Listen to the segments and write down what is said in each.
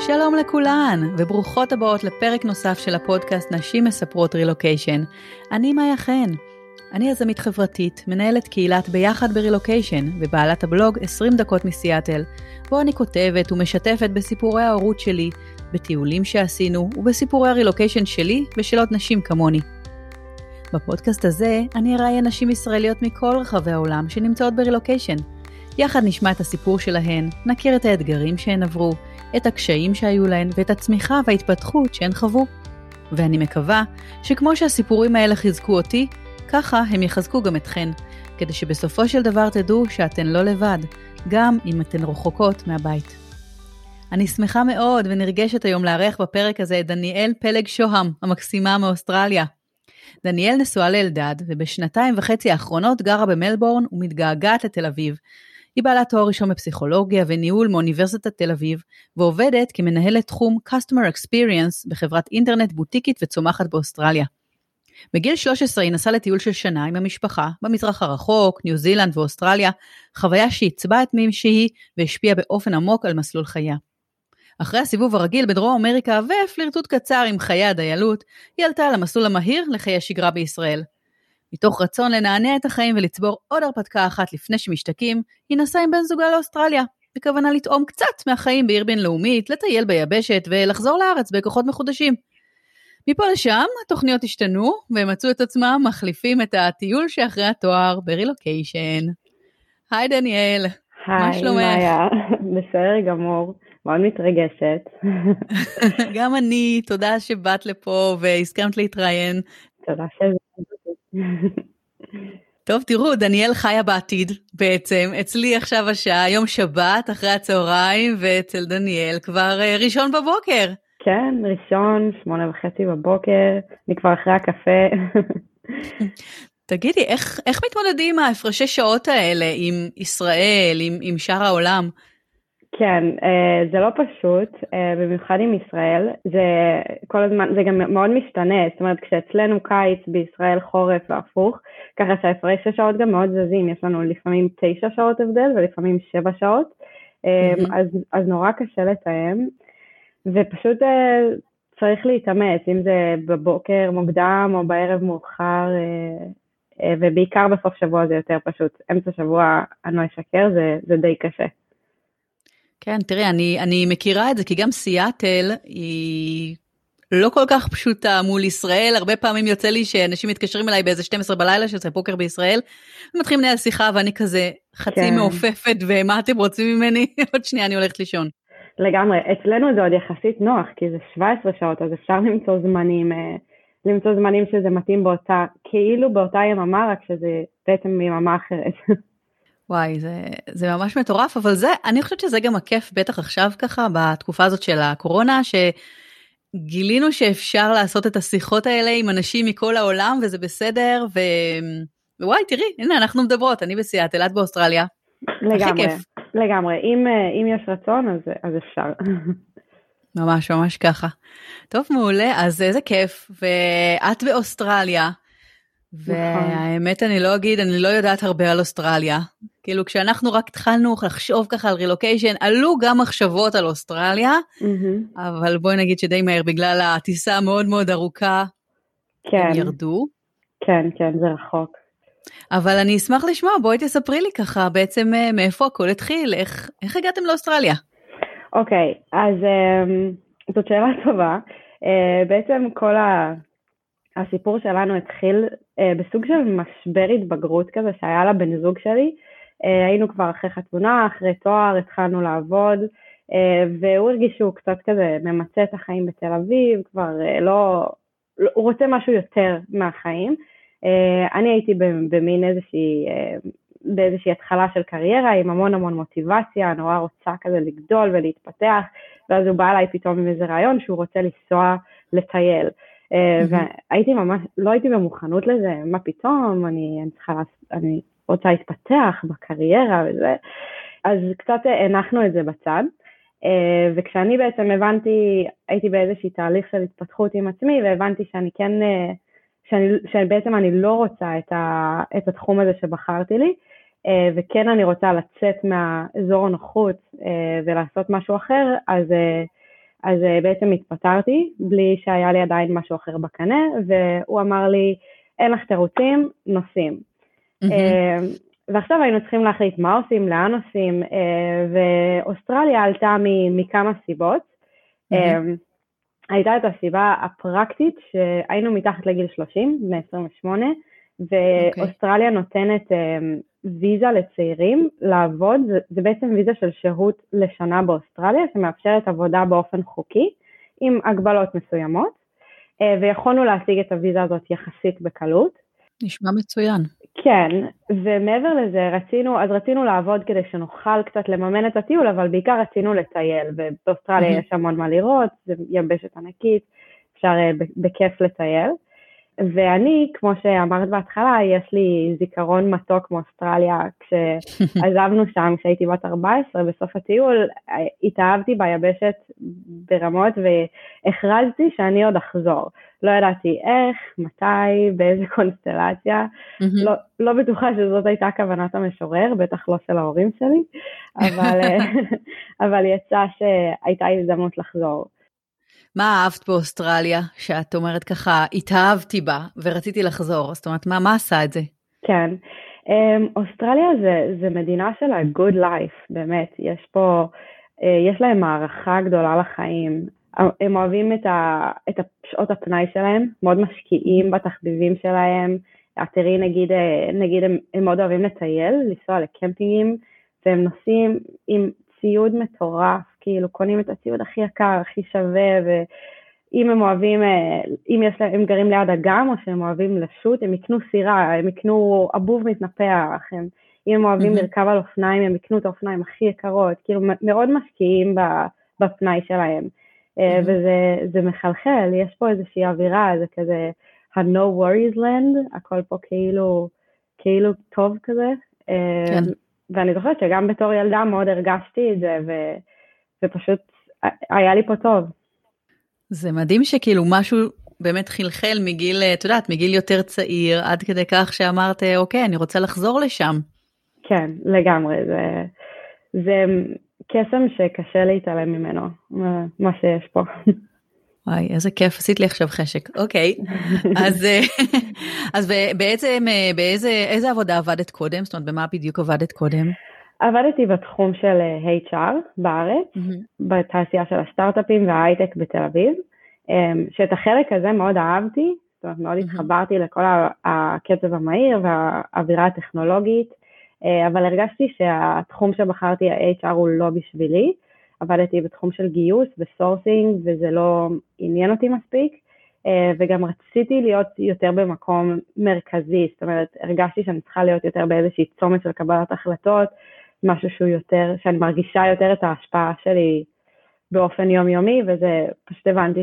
שלום לכולן, וברוכות הבאות לפרק נוסף של הפודקאסט נשים מספרות רילוקיישן. אני מאיה חן. אני יזמית חברתית, מנהלת קהילת ביחד ברילוקיישן, ובעלת הבלוג 20 דקות מסיאטל, בו אני כותבת ומשתפת בסיפורי ההורות שלי, בטיולים שעשינו, ובסיפורי הרילוקיישן שלי ושל עוד נשים כמוני. בפודקאסט הזה אני אראיין נשים ישראליות מכל רחבי העולם שנמצאות ברילוקיישן. יחד נשמע את הסיפור שלהן, נכיר את האתגרים שהן עברו, את הקשיים שהיו להן ואת הצמיחה וההתפתחות שהן חוו. ואני מקווה שכמו שהסיפורים האלה חיזקו אותי, ככה הם יחזקו גם אתכן, כדי שבסופו של דבר תדעו שאתן לא לבד, גם אם אתן רחוקות מהבית. אני שמחה מאוד ונרגשת היום לארח בפרק הזה את דניאל פלג שוהם, המקסימה מאוסטרליה. דניאל נשואה לאלדד, ובשנתיים וחצי האחרונות גרה במלבורן ומתגעגעת לתל אביב. היא בעלת תואר ראשון בפסיכולוגיה וניהול מאוניברסיטת תל אביב, ועובדת כמנהלת תחום Customer Experience בחברת אינטרנט בוטיקית וצומחת באוסטרליה. בגיל 13 היא נסעה לטיול של שנה עם המשפחה, במזרח הרחוק, ניו זילנד ואוסטרליה, חוויה שעיצבה את מי שהיא והשפיעה באופן עמוק על מסלול חייה. אחרי הסיבוב הרגיל בדרום אמריקה ופלירטוט קצר עם חיי הדיילות, היא עלתה על המסלול המהיר לחיי השגרה בישראל. מתוך רצון לנענע את החיים ולצבור עוד הרפתקה אחת לפני שמשתקים, היא נסעה עם בן זוגה לאוסטרליה, בכוונה לטעום קצת מהחיים בעיר בינלאומית, לטייל ביבשת ולחזור לארץ בכוחות מחודשים. מפה לשם התוכניות השתנו, והם מצאו את עצמם מחליפים את הטיול שאחרי התואר ברילוקיישן. היי דניאל, מה שלומך? היי מאיה, בסדר גמור, מאוד מתרגשת. גם אני, תודה שבאת לפה והסכמת להתראיין. תודה שבאת. טוב, תראו, דניאל חיה בעתיד בעצם, אצלי עכשיו השעה, יום שבת אחרי הצהריים, ואצל דניאל כבר ראשון בבוקר. כן, ראשון, 8:30 בבוקר, אני כבר אחרי הקפה. תגידי, איך מתמודדים ההפרשי שעות האלה עם ישראל, עם שאר העולם? כן, זה לא פשוט, במיוחד עם ישראל, זה כל הזמן, זה גם מאוד משתנה, זאת אומרת, כשאצלנו קיץ, בישראל חורף והפוך, ככה שההפרש השעות גם מאוד זזים, יש לנו לפעמים 9 שעות הבדל ולפעמים 7 שעות, אז נורא קשה לתאם, ופשוט צריך להתאמץ, אם זה בבוקר מוקדם או בערב מאוחר, ובעיקר בסוף שבוע זה יותר פשוט, אמצע שבוע אני לא אשקר, זה די קשה. כן, תראי, אני מכירה את זה, כי גם סיאטל היא לא כל כך פשוטה מול ישראל, הרבה פעמים יוצא לי שאנשים מתקשרים אליי באיזה 12 בלילה, שזה פוקר בישראל, ומתחילים לנהל שיחה, ואני כזה חצי מעופפת, ומה אתם רוצים ממני? עוד שנייה אני הולכת לישון. לגמרי, אצלנו זה עוד יחסית נוח, כי זה 17 שעות, אז אפשר למצוא זמנים שזה מתאים כאילו באותה יממה, רק שזה בעצם יממה אחרת. וואי, זה ממש מטורף, אבל אני חושבת שזה גם הכיף, בטח עכשיו ככה, בתקופה הזאת של הקורונה, שגילינו שאפשר לעשות את השיחות האלה עם אנשים מכל העולם, וזה בסדר, ווואי, תראי, הנה, אנחנו מדברות, אני בסיאטל, את באוסטרליה. לגמרי, אם יש רצון, אז אפשר. ממש, ממש ככה. טוב, מעולה, אז איזה כיף, ואת באוסטרליה, והאמת אני לא אגיד, אני לא יודעת הרבה על אוסטרליה, כאילו כשאנחנו רק התחלנו לחשוב ככה על רילוקיישן, עלו גם מחשבות על אוסטרליה, אבל בואי נגיד שדי מהר, בגלל הטיסה המאוד מאוד ארוכה, הם ירדו. כן, זה רחוק. אבל אני אשמח לשמוע, בואי תספרי לי ככה, בעצם מאיפה הכל התחיל, איך הגעתם לאוסטרליה? אוקיי, אז זאת שאלה טובה, בעצם כל הסיפור שלנו התחיל בסוג של משבר התבגרות כזה שהיה לה בן זוג שלי, היינו כבר אחרי חתונה, אחרי תואר, התחלנו לעבוד, והוא הרגיש שהוא קצת כזה ממצא את החיים בתל אביב, כבר הוא רוצה משהו יותר מהחיים, אני הייתי במין באיזושהי התחלה של קריירה, עם המון מוטיבציה, נורא רוצה כזה לגדול ולהתפתח, ואז הוא בא אליי פתאום עם איזה רעיון שהוא רוצה לנסוע לטייל, והייתי ממש, לא הייתי במוכנות לזה, מה פתאום, אני רוצה להתפתח בקריירה וזה, אז קצת הנחנו את זה בצד, וכשאני בעצם הייתי באיזושהי תהליך של התפתחות עם עצמי, והבנתי שבעצם אני לא רוצה את התחום הזה שבחרתי לי, וכן אני רוצה לצאת מהאזור הנוחות ולעשות משהו אחר, אז בעצם התפטרתי, בלי שהיה לי עדיין משהו אחר בקנה, והוא אמר לי, אין לך תירוצים, נוסעים. ועכשיו היינו צריכים להחליט מה עושים, לאן עושים, ואוסטרליה עלתה מכמה סיבות. הייתה את הסיבה הפרקטית שהיינו מתחת לגיל 30, בני 28, ואוסטרליה נותנת ויזה לצעירים לעבוד, זה בעצם ויזה של שהות לשנה באוסטרליה, שמאפשרת עבודה באופן חוקי, עם הגבלות מסוימות, ויכולנו להשיג את הוויזה הזאת יחסית בקלות. נשמע מצוין. כן, ומעבר לזה רצינו לעבוד כדי שנוכל קצת לממן את הטיול, אבל בעיקר רצינו לטייל, ובאוסטרליה יש המון מה לראות, זה יבשת ענקית, אפשר בכיף לטייל. ואני, כמו שאמרת בהתחלה, יש לי זיכרון מתוק מאוסטרליה, כשעזבנו שם, כשהייתי בת 14, בסוף הטיול, התאהבתי ביבשת ברמות, והכרזתי שאני עוד אחזור. לא ידעתי איך, מתי, באיזה קונסטלציה, לא בטוחה שזאת הייתה כוונת המשורר, בטח לא של ההורים שלי, אבל יצא שהייתה הזדמנות לחזור. מה אהבת באוסטרליה, שאת אומרת ככה, התאהבתי בה ורציתי לחזור? זאת אומרת, מה עשה את זה? כן, אוסטרליה זה מדינה של ה-good life, באמת. יש להם הערכה גדולה לחיים. הם אוהבים את שעות הפנאי שלהם, מאוד משקיעים בתחביבים שלהם. תראי, נגיד הם מאוד אוהבים לטייל, לנסוע לקמפינגים, והם נוסעים עם ציוד מטורף, כאילו קונים את הציוד הכי יקר, הכי שווה, ואם הם אוהבים, הם גרים ליד אגם, או שהם אוהבים לשוט, הם יקנו סירה, הם יקנו אבוב מתנפח, אם הם אוהבים לרכב על אופניים, הם יקנו את האופניים הכי יקרות, כאילו מאוד משקיעים בפנאי שלהם, וזה מחלחל, יש פה איזושהי אווירה, זה כזה ה-no worries land, הכל פה כאילו טוב כזה, כן. ואני זוכרת שגם בתור ילדה מאוד הרגשתי את זה, ופשוט היה לי פה טוב. זה מדהים שכאילו משהו באמת חלחל מגיל, את יודעת, מגיל יותר צעיר, עד כדי כך שאמרת, אוקיי, אני רוצה לחזור לשם. כן, לגמרי. זה קסם שקשה להתעלם ממנו, מה שיש פה. וואי, איזה כיף, עשית לי עכשיו חשק. אוקיי, אז בעצם איזה עבודה עבדת קודם? זאת אומרת, במה בדיוק עבדת קודם? עבדתי בתחום של HR בארץ, בתעשייה של הסטארט-אפים וההייטק בתל אביב, שאת החלק הזה מאוד אהבתי, זאת אומרת, מאוד התחברתי לכל הקצב המהיר והאווירה הטכנולוגית, אבל הרגשתי שהתחום שבחרתי, ה-HR, הוא לא בשבילי. עבדתי בתחום של גיוס וסורסינג, וזה לא עניין אותי מספיק, וגם רציתי להיות יותר במקום מרכזי, זאת אומרת, הרגשתי שאני צריכה להיות יותר באיזושהי צומת של קבלת החלטות, משהו שהוא יותר, שאני מרגישה יותר את ההשפעה שלי באופן יומיומי, וזה פשוט הבנתי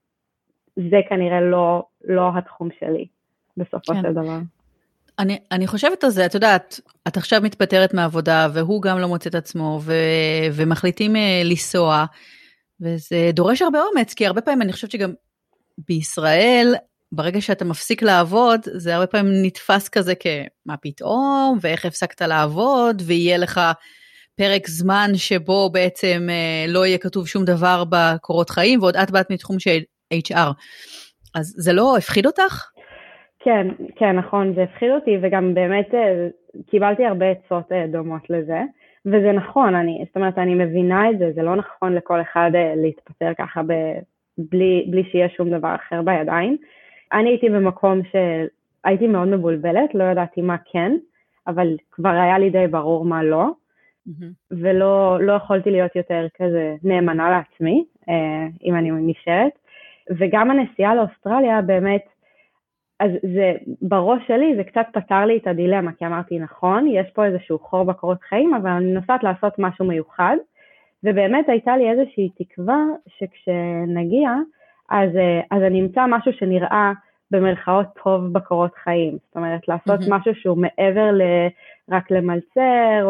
זה כנראה לא התחום שלי, בסופו של דבר. אני חושבת על זה, את יודעת, את עכשיו מתפטרת מהעבודה, והוא גם לא מוצא את עצמו, ומחליטים לנסוע, וזה דורש הרבה אומץ, כי הרבה פעמים אני חושבת שגם בישראל, ברגע שאתה מפסיק לעבוד, זה הרבה פעמים נתפס כזה כמה פתאום, ואיך הפסקת לעבוד, ויהיה לך פרק זמן שבו בעצם לא יהיה כתוב שום דבר בקורות חיים, ועוד את באת מתחום של HR. אז זה לא הפחיד אותך? כן, נכון, זה הפחיד אותי, וגם באמת קיבלתי הרבה עצות דומות לזה, וזה נכון, זאת אומרת, אני מבינה את זה, זה לא נכון לכל אחד להתפטר ככה בלי שיהיה שום דבר אחר בידיים. אני הייתי במקום שהייתי מאוד מבולבלת, לא ידעתי מה כן, אבל כבר היה לי די ברור מה לא, ולא יכולתי להיות יותר כזה נאמנה לעצמי, אם אני נשארת, וגם הנסיעה לאוסטרליה באמת, אז זה, בראש שלי זה קצת פתר לי את הדילמה, כי אמרתי נכון, יש פה איזשהו חור בקורות חיים, אבל אני נוסעת לעשות משהו מיוחד, ובאמת הייתה לי איזושהי תקווה שכשנגיע, אז אני אמצא משהו שנראה במרכאות טוב בקורות חיים, זאת אומרת לעשות משהו שהוא מעבר רק למלצר,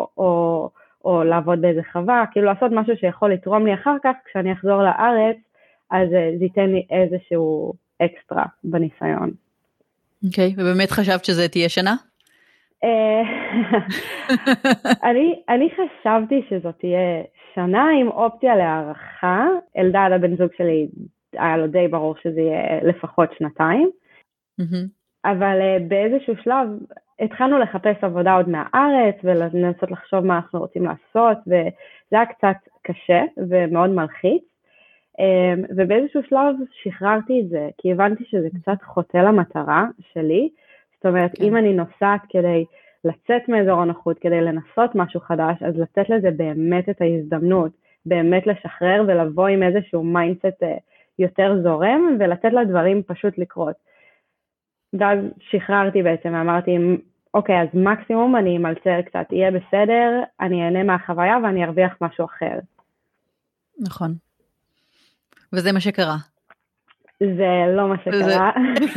או לעבוד באיזה חווה, כאילו לעשות משהו שיכול לתרום לי אחר כך, כשאני אחזור לארץ, אז זה ייתן לי איזשהו אקסטרה בניסיון. אוקיי, ובאמת חשבת שזה תהיה שנה? אני חשבתי שזאת תהיה שנה עם אופציה להערכה. אלדד, הבן זוג שלי, היה לו די ברור שזה יהיה לפחות 2 שנתיים. אבל באיזשהו שלב התחלנו לחפש עבודה עוד מהארץ, ולנסות לחשוב מה אנחנו רוצים לעשות, וזה היה קצת קשה ומאוד מלחיץ. ובאיזשהו שלב שחררתי את זה, כי הבנתי שזה קצת חוטא למטרה שלי. זאת אומרת, אם אני נוסעת כדי לצאת מאזור הנוחות, כדי לנסות משהו חדש, אז לתת לזה באמת את ההזדמנות, באמת לשחרר ולבוא עם איזשהו מיינדסט יותר זורם, ולתת לדברים פשוט לקרות. ואז שחררתי בעצם, ואמרתי, אוקיי, אז מקסימום אני אמלצר קצת, יהיה בסדר, אני אהנה מהחוויה ואני ארוויח משהו אחר. נכון. וזה מה שקרה. זה לא מה שקרה.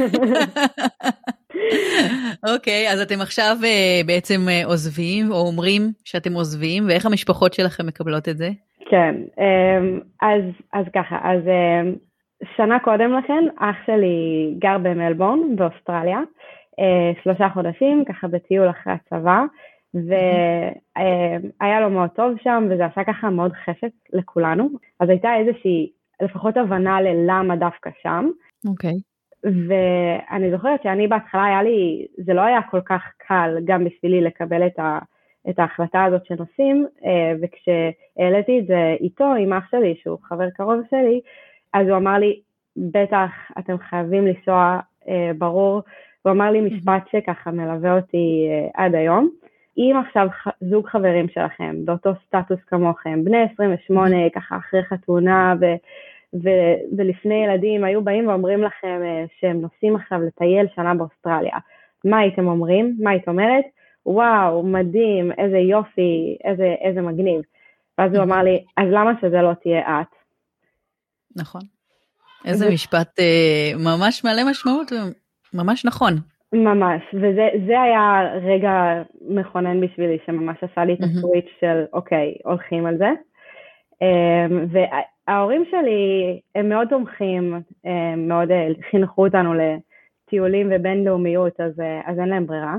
אוקיי, אז אתם עכשיו בעצם עוזבים, או אומרים שאתם עוזבים, ואיך המשפחות שלכם מקבלות את זה? כן, אז ככה, אז שנה קודם לכן, אח שלי גר במלבורן, באוסטרליה, 3 חודשים, ככה בטיול אחרי הצבא, והיה לו מאוד טוב שם, וזה עשה ככה מאוד חשק לכולנו, אז הייתה איזושהי, לפחות הבנה ללמה דווקא שם. אוקיי. ואני זוכרת שאני בהתחלה היה לי, זה לא היה כל כך קל גם בשבילי לקבל את ההחלטה הזאת שנוסעים, וכשהעליתי את זה איתו, עם אח שלי, שהוא חבר קרוב שלי, אז הוא אמר לי, בטח אתם חייבים לנסוע, ברור, הוא אמר לי משפט שככה מלווה אותי עד היום, אם עכשיו זוג חברים שלכם, באותו סטטוס כמוכם, בני 28, ככה אחרי חתונה ולפני ילדים, היו באים ואומרים לכם שהם נוסעים עכשיו לטייל שנה באוסטרליה, מה הייתם אומרים? מה היית אומרת? וואו, מדהים, איזה יופי, איזה מגניב. ואז הוא אמר לי, אז למה שזה לא תהיה את? נכון. איזה משפט ממש מלא משמעות וממש נכון. ממש, וזה היה רגע מכונן בשבילי, שממש עשה לי את הסוויץ' של אוקיי, הולכים על זה. וההורים שלי הם מאוד תומכים, מאוד חינכו אותנו לטיולים ובינלאומיות, אז אין להם ברירה.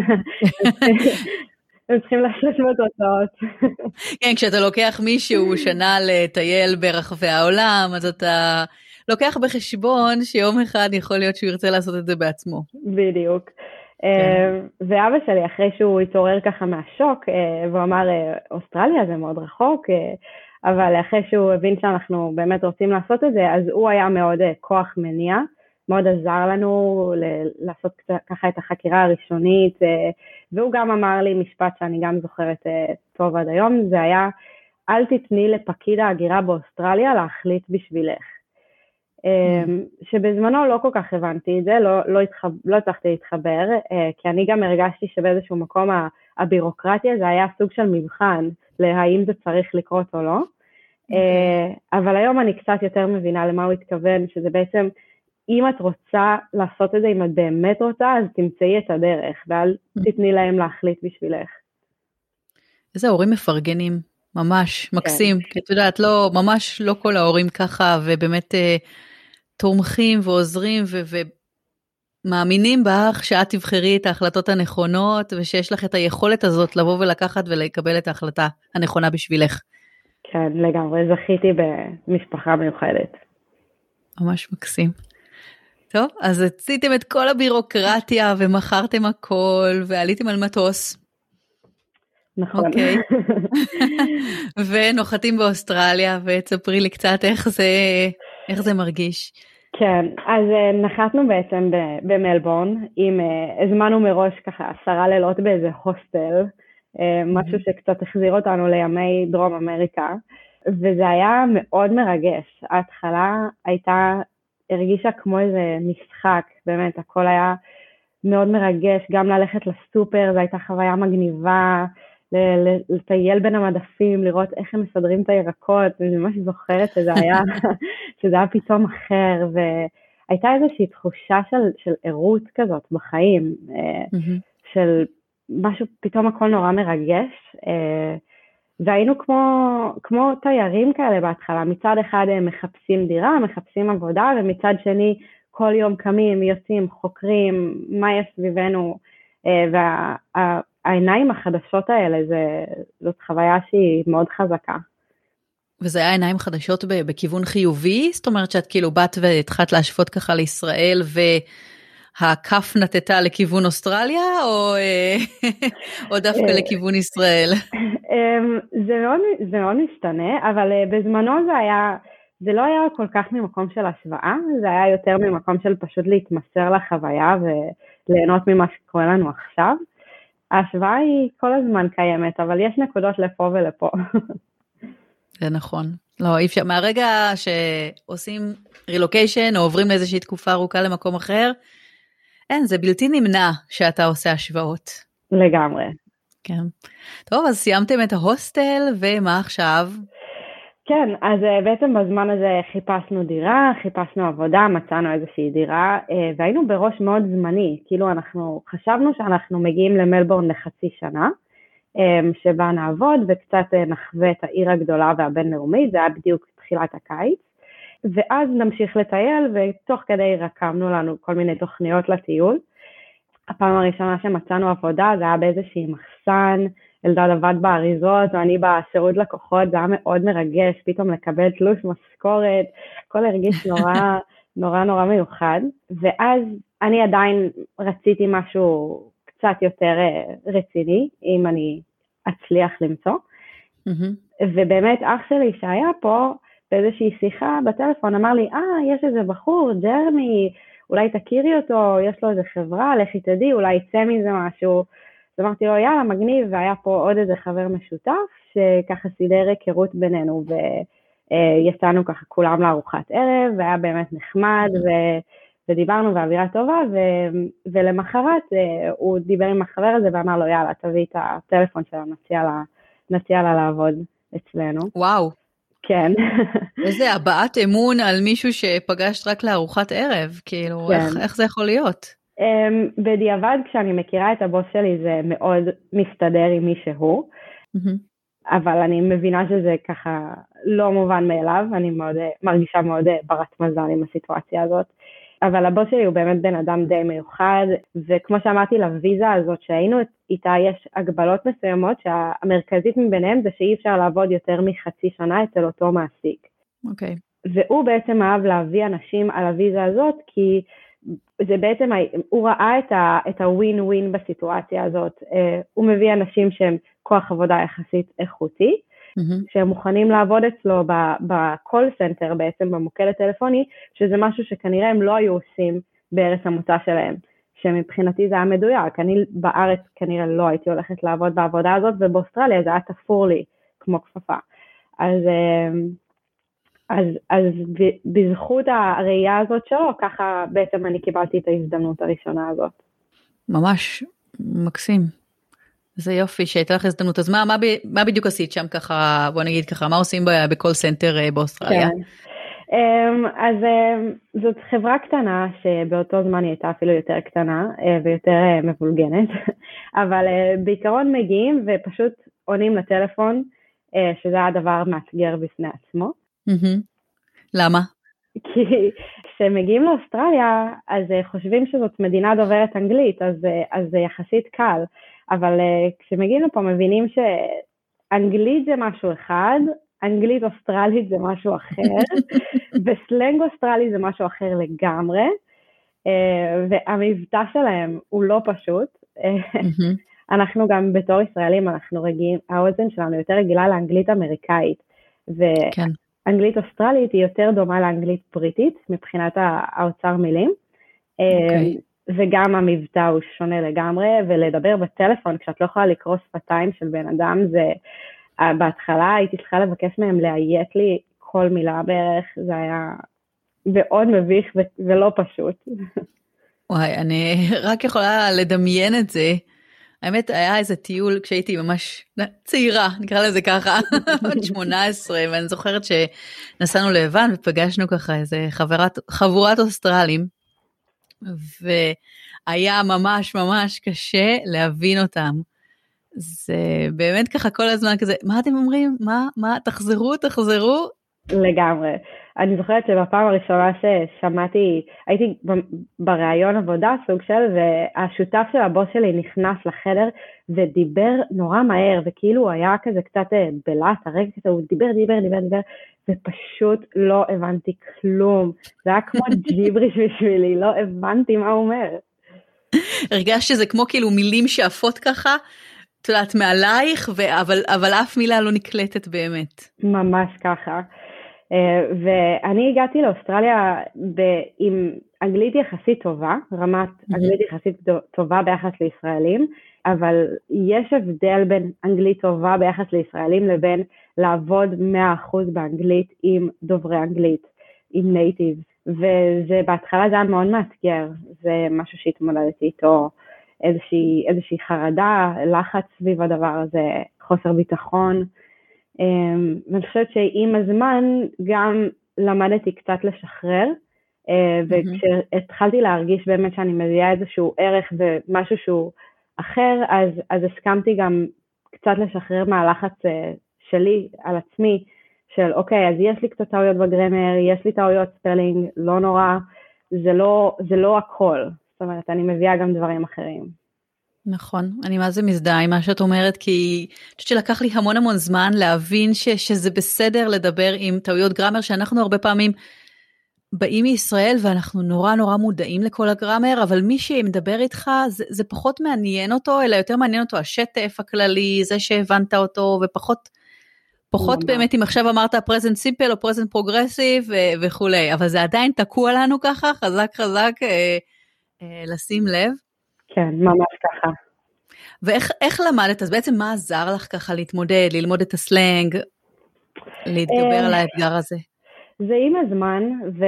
הם צריכים לעשות בתוצאות. כן, כשאתה לוקח מישהו שנה לטייל ברחבי העולם, אז אתה לוקח בחשבון שיום אחד יכול להיות שהוא ירצה לעשות את זה בעצמו. בדיוק. ואבא שלי, אחרי שהוא התעורר ככה מהשוק, והוא אמר, אוסטרליה זה מאוד רחוק, אבל אחרי שהוא הבין שאנחנו באמת רוצים לעשות את זה, אז הוא היה מאוד כוח מניע, מאוד עזר לנו לעשות ככה את החקירה הראשונית, והוא גם אמר לי משפט שאני גם זוכרת טוב עד היום, זה היה, אל תתני לפקיד ההגירה באוסטרליה להחליט בשבילך. שבזמנו לא כל כך הבנתי את זה, לא הצלחתי להתחבר, כי אני גם הרגשתי שבאיזשהו מקום הבירוקרטיה זה היה סוג של מבחן, להאם זה צריך לקרות או לא, אבל היום אני קצת יותר מבינה למה הוא התכוון, שזה בעצם, אם את רוצה לעשות את זה, אם את באמת רוצה, אז תמצאי את הדרך, ואל תתני להם להחליט בשבילך. איזה הורים מפרגנים, ממש מקסים, כי את יודעת, ממש לא כל ההורים ככה, ובאמת תומכים ועוזרים, ומאמינים בך שאת תבחרי את ההחלטות הנכונות, ושיש לך את היכולת הזאת לבוא ולקחת ולקבל את ההחלטה הנכונה בשבילך. כן, לגמרי, זכיתי במשפחה מיוחדת. ממש מקסים. טוב, אז עשיתם את כל הבירוקרטיה, ומכרתם הכל, ועליתם על מטוס. נכון. אוקיי. ונוחתים באוסטרליה, ותספרי לי קצת איך זה מרגיש. כן, אז נחתנו בעצם במלבורן, הזמנו מראש ככה 10 לילות באיזה הוסטל, משהו שקצת החזיר אותנו לימי דרום אמריקה, וזה היה מאוד מרגש. ההתחלה הרגישה כמו איזה משחק, באמת, הכל היה מאוד מרגש, גם ללכת לסופר, זו הייתה חוויה מגניבה, לטייל בין המדפים, לראות איך הם מסדרים את הירקות, ואני ממש זוכרת שזה היה פתאום אחר, והייתה איזושהי תחושה של עירות כזאת בחיים, של משהו, פתאום הכל נורא מרגש, והיינו כמו תיירים כאלה בהתחלה, מצד אחד הם מחפשים דירה, מחפשים עבודה, ומצד שני כל יום קמים, יוצאים, חוקרים, מה יש סביבנו, והעיניים החדשות האלה, זאת חוויה שהיא מאוד חזקה. וזה היה עיניים חדשות בכיוון חיובי? זאת אומרת שאת כאילו באת והתחלת להשוות ככה לישראל והכף נטטה לכיוון אוסטרליה או דווקא לכיוון ישראל? זה מאוד משתנה, אבל בזמנו זה לא היה כל כך ממקום של השוואה, זה היה יותר ממקום של פשוט להתמסר לחוויה וליהנות ממה שקורה לנו עכשיו. ההשוואה היא כל הזמן קיימת, אבל יש נקודות לפה ולפה. זה נכון. לא, אי אפשר, מהרגע שעושים רילוקיישן או עוברים לאיזושהי תקופה ארוכה למקום אחר, אין, זה בלתי נמנע שאתה עושה השוואות. לגמרי. כן. טוב, אז סיימתם את ההוסטל, ומה עכשיו? כן, אז בעצם בזמן הזה חיפשנו דירה, חיפשנו עבודה, מצאנו איזושהי דירה, והיינו בראש מאוד זמני, כאילו אנחנו חשבנו שאנחנו מגיעים למלבורן לחצי שנה, שבה נעבוד וקצת נחווה את העיר הגדולה והבינלאומית, זה היה בדיוק תחילת הקיץ, ואז נמשיך לטייל, ותוך כדי רקמנו לנו כל מיני תוכניות לטיול. הפעם הראשונה שמצאנו עבודה, זה היה באיזושהי מחסן, אלדד עבד באריזות, ואני בשירות לקוחות, זה היה מאוד מרגש, פתאום לקבל תלוש משכורת, הכל הרגיש נורא מיוחד, ואז אני עדיין רציתי משהו קצת יותר רציני, אם אני אצליח למצוא, ובאמת אח שלי שהיה פה, באיזושהי שיחה בטלפון, אמר לי, יש איזה בחור, ג'רמי, אולי תכירי אותו, יש לו איזה חברה, לכי תדעי, אולי יצא מזה משהו, אז אמרתי לו, יאללה, מגניב, והיה פה עוד איזה חבר משותף, שככה סידר היכרות בינינו, ויצאנו ככה כולם לארוחת ערב, והיה באמת נחמד, ודיברנו באווירה טובה, ולמחרת הוא דיבר עם החבר הזה, ואמר לו, יאללה, תביא את הטלפון שלה, נציע לה לעבוד אצלנו. וואו. כן. איזה הבעת אמון על מישהו שפגשת רק לארוחת ערב, כאילו, כן. איך זה יכול להיות? בדיעבד, כשאני מכירה את הבוס שלי, זה מאוד מסתדר עם מי שהוא, אבל אני מבינה שזה ככה לא מובן מאליו, אני מרגישה מאוד ברת מזל עם הסיטואציה הזאת, אבל הבוס שלי הוא באמת בן אדם די מיוחד, וכמו שאמרתי, לוויזה הזאת שהיינו איתה, יש הגבלות מסוימות, שהמרכזית מביניהם זה שאי אפשר לעבוד יותר מחצי שנה אצל אותו מעסיק. אוקיי. והוא בעצם אהב להביא אנשים על הוויזה הזאת, כי זה בעצם, הוא ראה את הווין ווין בסיטואציה הזאת, הוא מביא אנשים שהם כוח עבודה יחסית איכותי, שהם מוכנים לעבוד אצלו בקול סנטר בעצם, במוקד הטלפוני, שזה משהו שכנראה הם לא היו עושים בארץ המוצא שלהם, שמבחינתי זה היה מדויק, אני בארץ כנראה לא הייתי הולכת לעבוד בעבודה הזאת, ובאוסטרליה זה היה תפור לי כמו כפפה. אז בזכות הראייה הזאת שלו, ככה בעצם אני קיבלתי את ההזדמנות הראשונה הזאת. ממש מקסים. זה יופי שהייתה לך הזדמנות. אז מה בדיוק עשית שם ככה, בוא נגיד ככה, מה עושים בקול סנטר באוסטרליה? כן. אז זאת חברה קטנה, שבאותו זמן היא הייתה אפילו יותר קטנה ויותר מבולגנת, אבל בעיקרון מגיעים ופשוט עונים לטלפון, שזה היה דבר מאתגר בפני עצמו. למה? כי כשמגיעים לאוסטרליה, אז חושבים שזאת מדינה דוברת אנגלית, אז זה יחסית קל, אבל כשמגיעים לפה מבינים שאנגלית זה משהו אחד, אנגלית אוסטרלית זה משהו אחר, וסלנג אוסטרלי זה משהו אחר לגמרי, והמבטא שלהם הוא לא פשוט. אנחנו גם בתור ישראלים, אנחנו רגילים, האוזן שלנו יותר רגילה לאנגלית אמריקאית, ואנגלית אוסטרלית היא יותר דומה לאנגלית בריטית, מבחינת האוצר מילים, וגם המבטא הוא שונה לגמרי, ולדבר בטלפון, כשאת לא יכולה לקרוא שפתיים של בן אדם, זה, בהתחלה הייתי צריכה לבקש מהם להיית לי כל מילה בערך, זה היה מאוד מביך ולא פשוט. וואי, אני רק יכולה לדמיין את זה. האמת, היה איזה טיול כשהייתי ממש צעירה, נקרא לזה ככה, עוד 18, ואני זוכרת שנסענו ליוון ופגשנו ככה איזה חבורת אוסטרלים, והיה ממש ממש קשה להבין אותם. זה באמת ככה כל הזמן כזה, מה אתם אומרים? מה? תחזרו? לגמרי. אני זוכרת שבפעם הראשונה ששמעתי, הייתי בראיון עבודה סוג של, והשותף של הבוס שלי נכנס לחדר ודיבר נורא מהר, וכאילו הוא היה כזה קצת בלט, הרגע כזה, הוא דיבר, ופשוט לא הבנתי כלום. זה היה כמו ג'יבריש בשבילי, לא הבנתי מה הוא אומר. הרגש שזה כמו כאילו מילים שעפות ככה, את יודעת, מעלייך, אבל אף מילה לא נקלטת באמת. ממש ככה. ואני הגעתי לאוסטרליה עם אנגלית יחסית טובה, רמת אנגלית יחסית טובה ביחס לישראלים, אבל יש הבדל בין אנגלית טובה ביחס לישראלים לבין לעבוד 100% באנגלית עם דוברי אנגלית, עם נייטיב, וזה בהתחלה זה היה מאוד מאתגר, זה משהו שהתמודדתי איתו, איזושהי חרדה, לחץ סביב הדבר הזה, חוסר ביטחון, ואני חושבת שעם הזמן גם למדתי קצת לשחרר, וכשהתחלתי להרגיש באמת שאני מביאה איזשהו ערך ומשהו שהוא אחר, אז הסכמתי גם קצת לשחרר מהלחץ שלי על עצמי, של אוקיי, אז יש לי קצת טעויות בגרמר, יש לי טעויות ספלינג, לא נורא, זה לא הכל, זאת אומרת, אני מביאה גם דברים אחרים. נכון, אני מה זה מזדהה עם מה שאת אומרת, כי אני חושבת שלקח לי המון זמן להבין שזה בסדר לדבר עם טעויות גרמר, שאנחנו הרבה פעמים באים מישראל ואנחנו נורא מודעים לכל הגרמר, אבל מי שמדבר איתך זה פחות מעניין אותו, אלא יותר מעניין אותו השטף הכללי, זה שהבנת אותו, ופחות באמת אם עכשיו אמרת present simple או present progressive וכו', אבל זה עדיין תקוע לנו ככה, חזק לשים לב. כן, ממש ככה. ואיך למדת? אז בעצם מה עזר לך ככה להתמודד, ללמוד את הסלנג, להתגבר על האתגר הזה? זה עם הזמן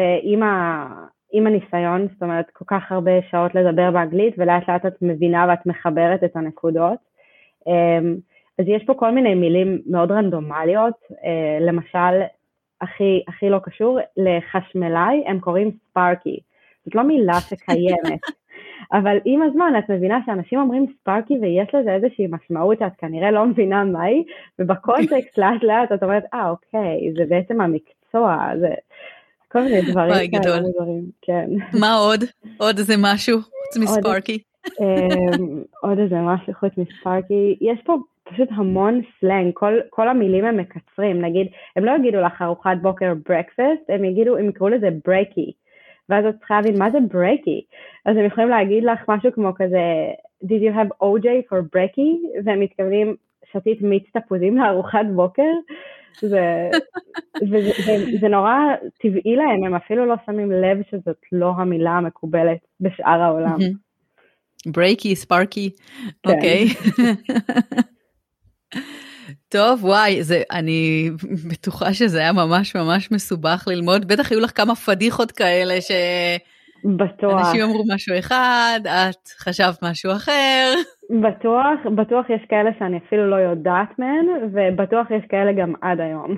ועם הניסיון, זאת אומרת כל כך הרבה שעות לדבר באנגלית, ולאט לאט את מבינה ואת מחברת את הנקודות. אז יש פה כל מיני מילים מאוד רנדומליות, למשל, הכי לא קשור, לחשמלאי הם קוראים ספארקי. זאת לא מילה שקיימת. אבל עם הזמן את מבינה שאנשים אומרים ספארקי ויש לזה איזושהי משמעות שאת כנראה לא מבינה מהי, ובקונטקסט לאט לאט את אומרת, אוקיי, זה בעצם המקצוע, זה כל מיני דברים. וואי, גדול. כן. מה עוד? עוד איזה משהו חוץ מספארקי? עוד איזה משהו חוץ מספארקי, יש פה פשוט המון סלנג, כל המילים הם מקצרים, נגיד, הם לא יגידו לך ארוחת בוקר ברקפסט, הם יקראו לזה ברקי. ואז את צריכה להבין, מה זה ברקי? אז הם יכולים להגיד לך משהו כמו כזה, did you have OJ for breaky? והם מתכוונים, שתית מיץ תפוזים לארוחת בוקר? וזה נורא טבעי להם, הם אפילו לא שמים לב שזאת לא המילה המקובלת בשאר העולם. ברקי, ספארקי, אוקיי. טוב, וואי, אני בטוחה שזה היה ממש מסובך ללמוד, בטח היו לך כמה פדיחות כאלה שאנשים אמרו משהו אחד, את חשבת משהו אחר. בטוח יש כאלה שאני אפילו לא יודעת מהן, ובטוח יש כאלה גם עד היום.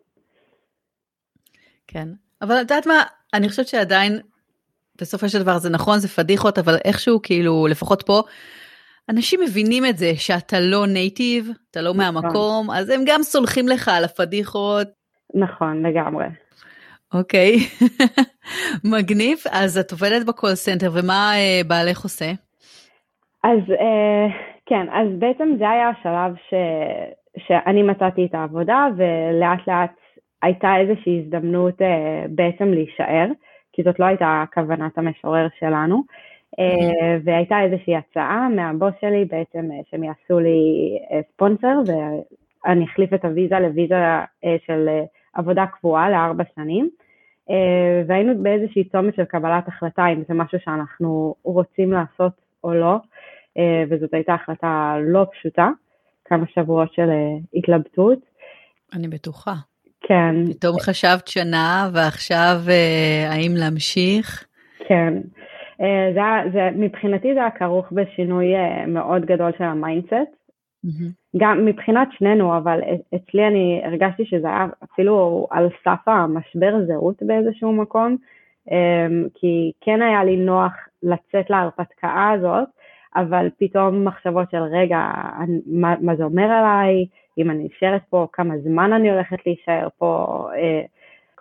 כן, אבל את יודעת מה, אני חושבת שעדיין, בסופו של דבר זה נכון, זה פדיחות, אבל איכשהו כאילו, לפחות פה, אנשים מבינים את זה שאתה לא נייטיב, אתה לא מהמקום, אז הם גם סולחים לך על הפדיחות. נכון, לגמרי. אוקיי, מגניב. אז את עובדת בקול סנטר, ומה בעלך עושה? אז כן, אז בעצם זה היה השלב שאני מצאתי את העבודה, ולאט לאט הייתה איזושהי הזדמנות בעצם להישאר, כי זאת לא הייתה כוונת המשורר שלנו, והייתה איזושהי הצעה מהבוס שלי בעצם שהם יעשו לי ספונסר, ואני אחליף את הוויזה לוויזה של עבודה קבועה ל4 שנים, והיינו באיזושהי צומת של קבלת החלטה אם זה משהו שאנחנו רוצים לעשות או לא, וזאת הייתה החלטה לא פשוטה, כמה שבועות של התלבטות. אני בטוחה. כן. פתאום חשבת שנה ועכשיו האם להמשיך? כן. מבחינתי זה היה כרוך בשינוי מאוד גדול של המיינדסט, גם מבחינת שנינו, אבל אצלי אני הרגשתי שזה היה אפילו על סף המשבר זהות באיזשהו מקום, כי כן היה לי נוח לצאת להרפתקה הזאת, אבל פתאום מחשבות של רגע, מה זה אומר עליי, אם אני נשארת פה, כמה זמן אני הולכת להישאר פה,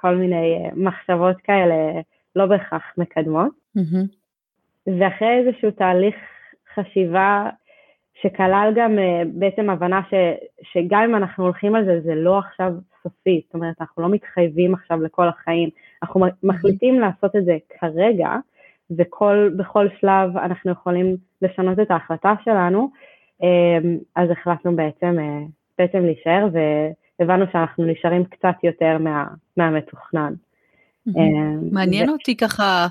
כל מיני מחשבות כאלה לא בהכרח מקדמות. ואחרי איזשהו תהליך חשיבה שכלל גם בעצם הבנה שגם אם אנחנו הולכים על זה, זה לא עכשיו סופי, זאת אומרת, אנחנו לא מתחייבים עכשיו לכל החיים, אנחנו מחליטים לעשות את זה כרגע, ובכל שלב אנחנו יכולים לשנות את ההחלטה שלנו, אז החלטנו בעצם להישאר, והבנו שאנחנו נשארים קצת יותר מהמתוכנן. מעניין אותי ככה,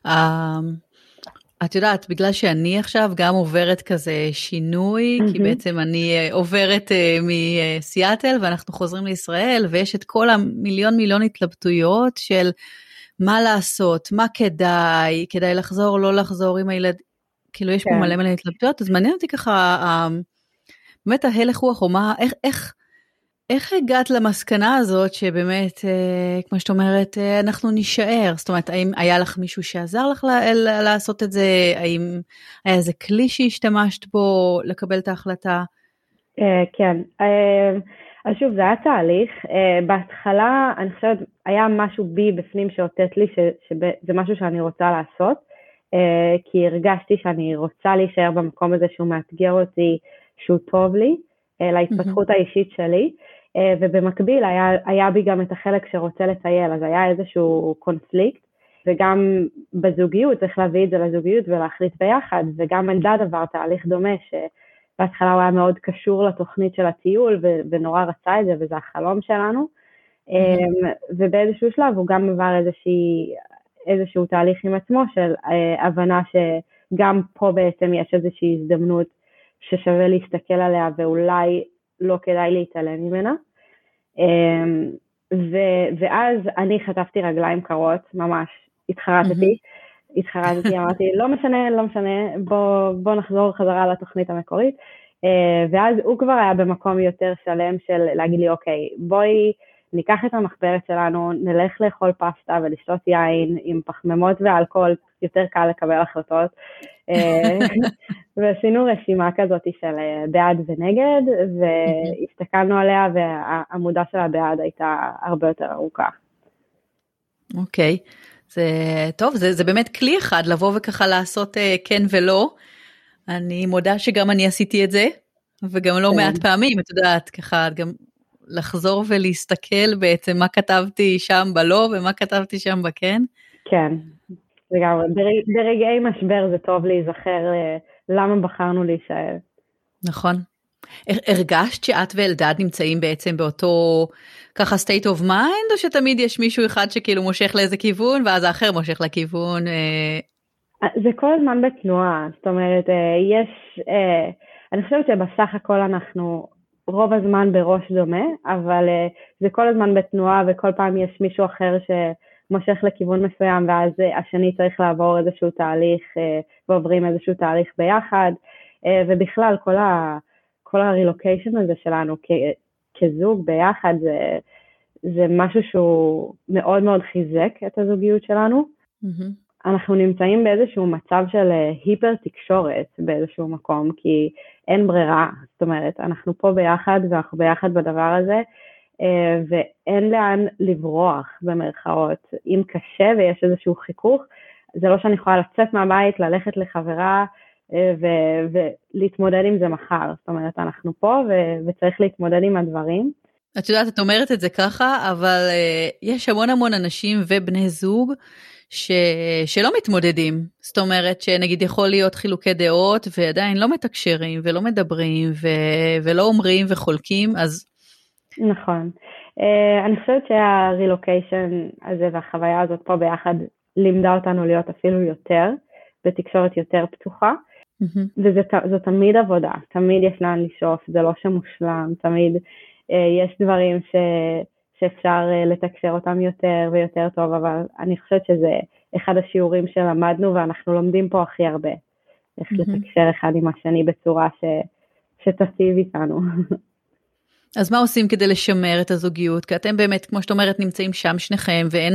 את יודעת, בגלל שאני עכשיו גם עוברת כזה שינוי, כי בעצם אני עוברת מסיאטל ואנחנו חוזרים לישראל, ויש את כל המיליון התלבטויות של מה לעשות, מה כדאי לחזור, לא לחזור עם הילד, כאילו יש פה מלא התלבטויות, אז מעניין אותי ככה, באמת ההלך רוח, או מה, איך הגעת למסקנה הזאת שבאמת, כמו שאת אומרת, אנחנו נשאר? זאת אומרת, האם היה לך מישהו שעזר לך לעשות את זה? האם היה איזה כלי שהשתמשת בו לקבל את ההחלטה? כן. אז שוב, זה היה תהליך. בהתחלה, אני חושבת, היה משהו בי בפנים שאותת לי שזה משהו שאני רוצה לעשות, כי הרגשתי שאני רוצה להישאר במקום הזה שהוא מאתגר אותי, שהוא טוב לי, להתפתחות האישית שלי. ובמקביל היה בי גם את החלק שרוצה לטייל, אז היה איזשהו קונפליקט, וגם בזוגיות, צריך להביא את זה לזוגיות ולהחליט ביחד, וגם אלדד עבר תהליך דומה, שבהתחלה הוא היה מאוד קשור לתוכנית של הטיול, ונורא רצה את זה, וזה החלום שלנו, ובאיזשהו שלב הוא גם עבר איזשהו תהליך עם עצמו, של הבנה שגם פה בעצם יש איזושהי הזדמנות, ששווה להסתכל עליה, ואולי לא כדאי להתעלם ממנה, ואז אני חטפתי רגליים קרות, ממש התחרטתי, אמרתי, לא משנה, בוא נחזור חזרה לתוכנית המקורית, ואז הוא כבר היה במקום יותר שלם של להגיד לי, אוקיי, בואי ניקח את המחברת שלנו, נלך לאכול פסטה ולשתות יין עם פחמימות ואלכוהול, יותר קל לקבל החלטות, ועשינו רשימה כזאת של בעד ונגד, והסתכלנו עליה, והעמודה של הבעד הייתה הרבה יותר ארוכה. אוקיי, זה טוב, זה באמת כלי אחד, לבוא וככה לעשות כן ולא. אני מודה שגם אני עשיתי את זה, וגם לא מעט פעמים, את יודעת, ככה גם לחזור ולהסתכל בעצם מה כתבתי שם בלא, ומה כתבתי שם בכן. כן. וגם ברגעי משבר זה טוב להיזכר למה בחרנו להישאר. נכון. הרגשת שאת ואלדד נמצאים בעצם באותו ככה state of mind, או שתמיד יש מישהו אחד שכאילו מושך לאיזה כיוון, ואז האחר מושך לכיוון? זה כל הזמן בתנועה, זאת אומרת, אני חושבת שבסך הכל אנחנו רוב הזמן בראש דומה, אבל זה כל הזמן בתנועה, וכל פעם יש מישהו אחר מושך לכיוון מסוים, ואז השני צריך לעבור איזשהו תהליך, ועוברים איזשהו תהליך ביחד, ובכלל כל הרילוקיישן הזה שלנו כזוג ביחד, זה משהו שהוא מאוד מאוד חיזק את הזוגיות שלנו. אנחנו נמצאים באיזשהו מצב של היפר תקשורת באיזשהו מקום, כי אין ברירה, זאת אומרת, אנחנו פה ביחד, ואנחנו ביחד בדבר הזה, ואין לאן לברוח במרכאות. אם קשה ויש איזשהו חיכוך, זה לא שאני יכולה לצאת מהבית, ללכת לחברה ולהתמודד עם זה מחר. זאת אומרת, אנחנו פה וצריך להתמודד עם הדברים. את יודעת, את אומרת את זה ככה, אבל יש המון אנשים ובני זוג שלא מתמודדים. זאת אומרת שנגיד יכול להיות חילוקי דעות ועדיין לא מתקשרים ולא מדברים ולא אומרים וחולקים, אז נכון. אני חושבת שהרילוקיישן הזה והחוויה הזאת פה ביחד לימדה אותנו להיות אפילו יותר, בתקשורת יותר פתוחה, וזו תמיד עבודה, תמיד יש לאן לשאוף, זה לא שמושלם, תמיד יש דברים שאפשר לתקשר אותם יותר ויותר טוב, אבל אני חושבת שזה אחד השיעורים שלמדנו, ואנחנו לומדים פה הכי הרבה, איך לתקשר אחד עם השני בצורה שתציב איתנו. אז מה עושים כדי לשמר את הזוגיות? כי אתם באמת, כמו שאת אומרת, נמצאים שם שניכם, ואין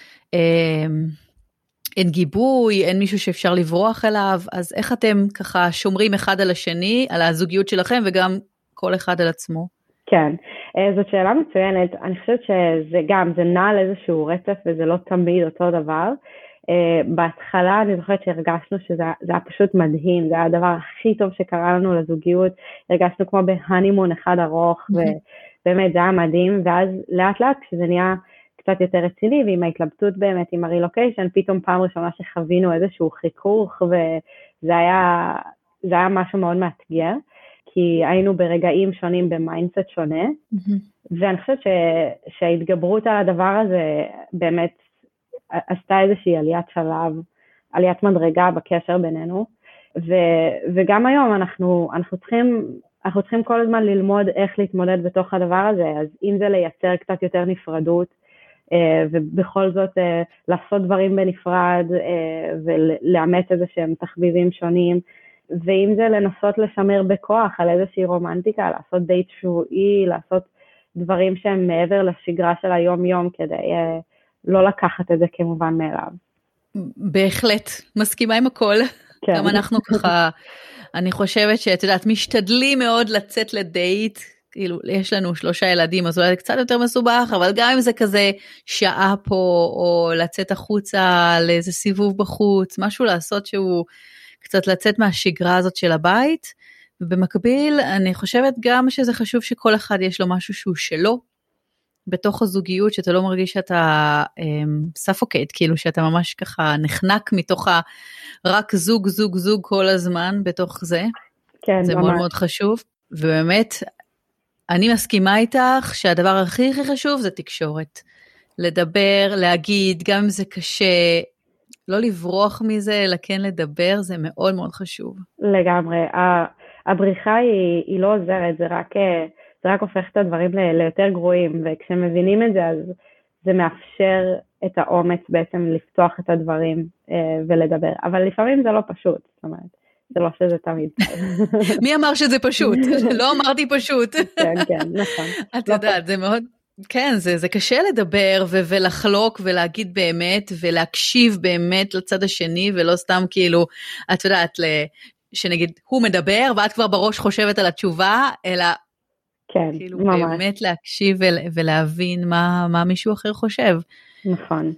אין גיבוי, אין מישהו שאפשר לברוח אליו, אז איך אתם ככה שומרים אחד על השני, על הזוגיות שלכם, וגם כל אחד על עצמו? כן, זאת שאלה מצוינת. אני חושבת שזה גם, זה נע על איזשהו רצף וזה לא תמיד אותו דבר. בהתחלה אני זוכרת שהרגשנו שזה היה פשוט מדהים, זה היה הדבר הכי טוב שקרה לנו לזוגיות, הרגשנו כמו בהנימון אחד ארוך, ובאמת זה היה מדהים, ואז לאט לאט כשזה נהיה קצת יותר רציני, ועם ההתלבטות באמת עם הרילוקיישן, פתאום פעם ראשונה שחווינו איזשהו חיכוך, וזה היה משהו מאוד מאתגר, כי היינו ברגעים שונים במיינדסט שונה, ואני חושבת שההתגברות על הדבר הזה באמת עשתה איזושהי עליית שלב, עליית מדרגה בקשר בינינו, וגם היום אנחנו צריכים כל הזמן ללמוד איך להתמודד בתוך הדבר הזה, אז אם זה לייצר קצת יותר נפרדות, ובכל זאת לעשות דברים בנפרד, ולאמץ איזה שהם תחביבים שונים, ואם זה לנסות לשמר בכוח על איזושהי רומנטיקה, לעשות דייט שבועי, לעשות דברים שהם מעבר לשגרה של היום-יום, כדי לא לקחת את זה כמובן מאליו. בהחלט, מסכימה עם הכל. כן. גם אנחנו ככה, אני חושבת שאת יודעת, משתדלים מאוד לצאת לדייט, כאילו יש לנו 3 ילדים, אז אולי זה קצת יותר מסובך, אבל גם אם זה כזה שעה פה, או לצאת החוצה לאיזה סיבוב בחוץ, משהו לעשות שהוא קצת לצאת מהשגרה הזאת של הבית, ובמקביל אני חושבת גם שזה חשוב שכל אחד יש לו משהו שהוא שלו, בתוך הזוגיות, שאתה לא מרגיש שאתה ספוקייט, כאילו שאתה ממש ככה נחנק מתוך רק זוג כל הזמן בתוך זה. כן, זה ממש. מאוד מאוד חשוב, ובאמת, אני מסכימה איתך שהדבר הכי חשוב זה תקשורת. לדבר, להגיד, גם אם זה קשה, לא לברוח מזה, אלא כן לדבר, זה מאוד מאוד חשוב. לגמרי, הבריחה היא לא עוזרת, זה רק הופך את הדברים ליותר גרועים, וכשמבינים את זה, אז זה מאפשר את האומץ בעצם לפתוח את הדברים ולדבר, אבל לפעמים זה לא פשוט, זאת אומרת, זה לא שזה תמיד. מי אמר שזה פשוט? לא אמרתי פשוט. כן, נכון. את יודעת, זה מאוד, כן, זה קשה לדבר ולחלוק ולהגיד באמת, ולהקשיב באמת לצד השני, ולא סתם כאילו, את יודעת, שנגיד הוא מדבר, ואת כבר בראש חושבת על התשובה, אלא כן, כאילו ממש. באמת להקשיב ולהבין מה מישהו אחר חושב. נכון.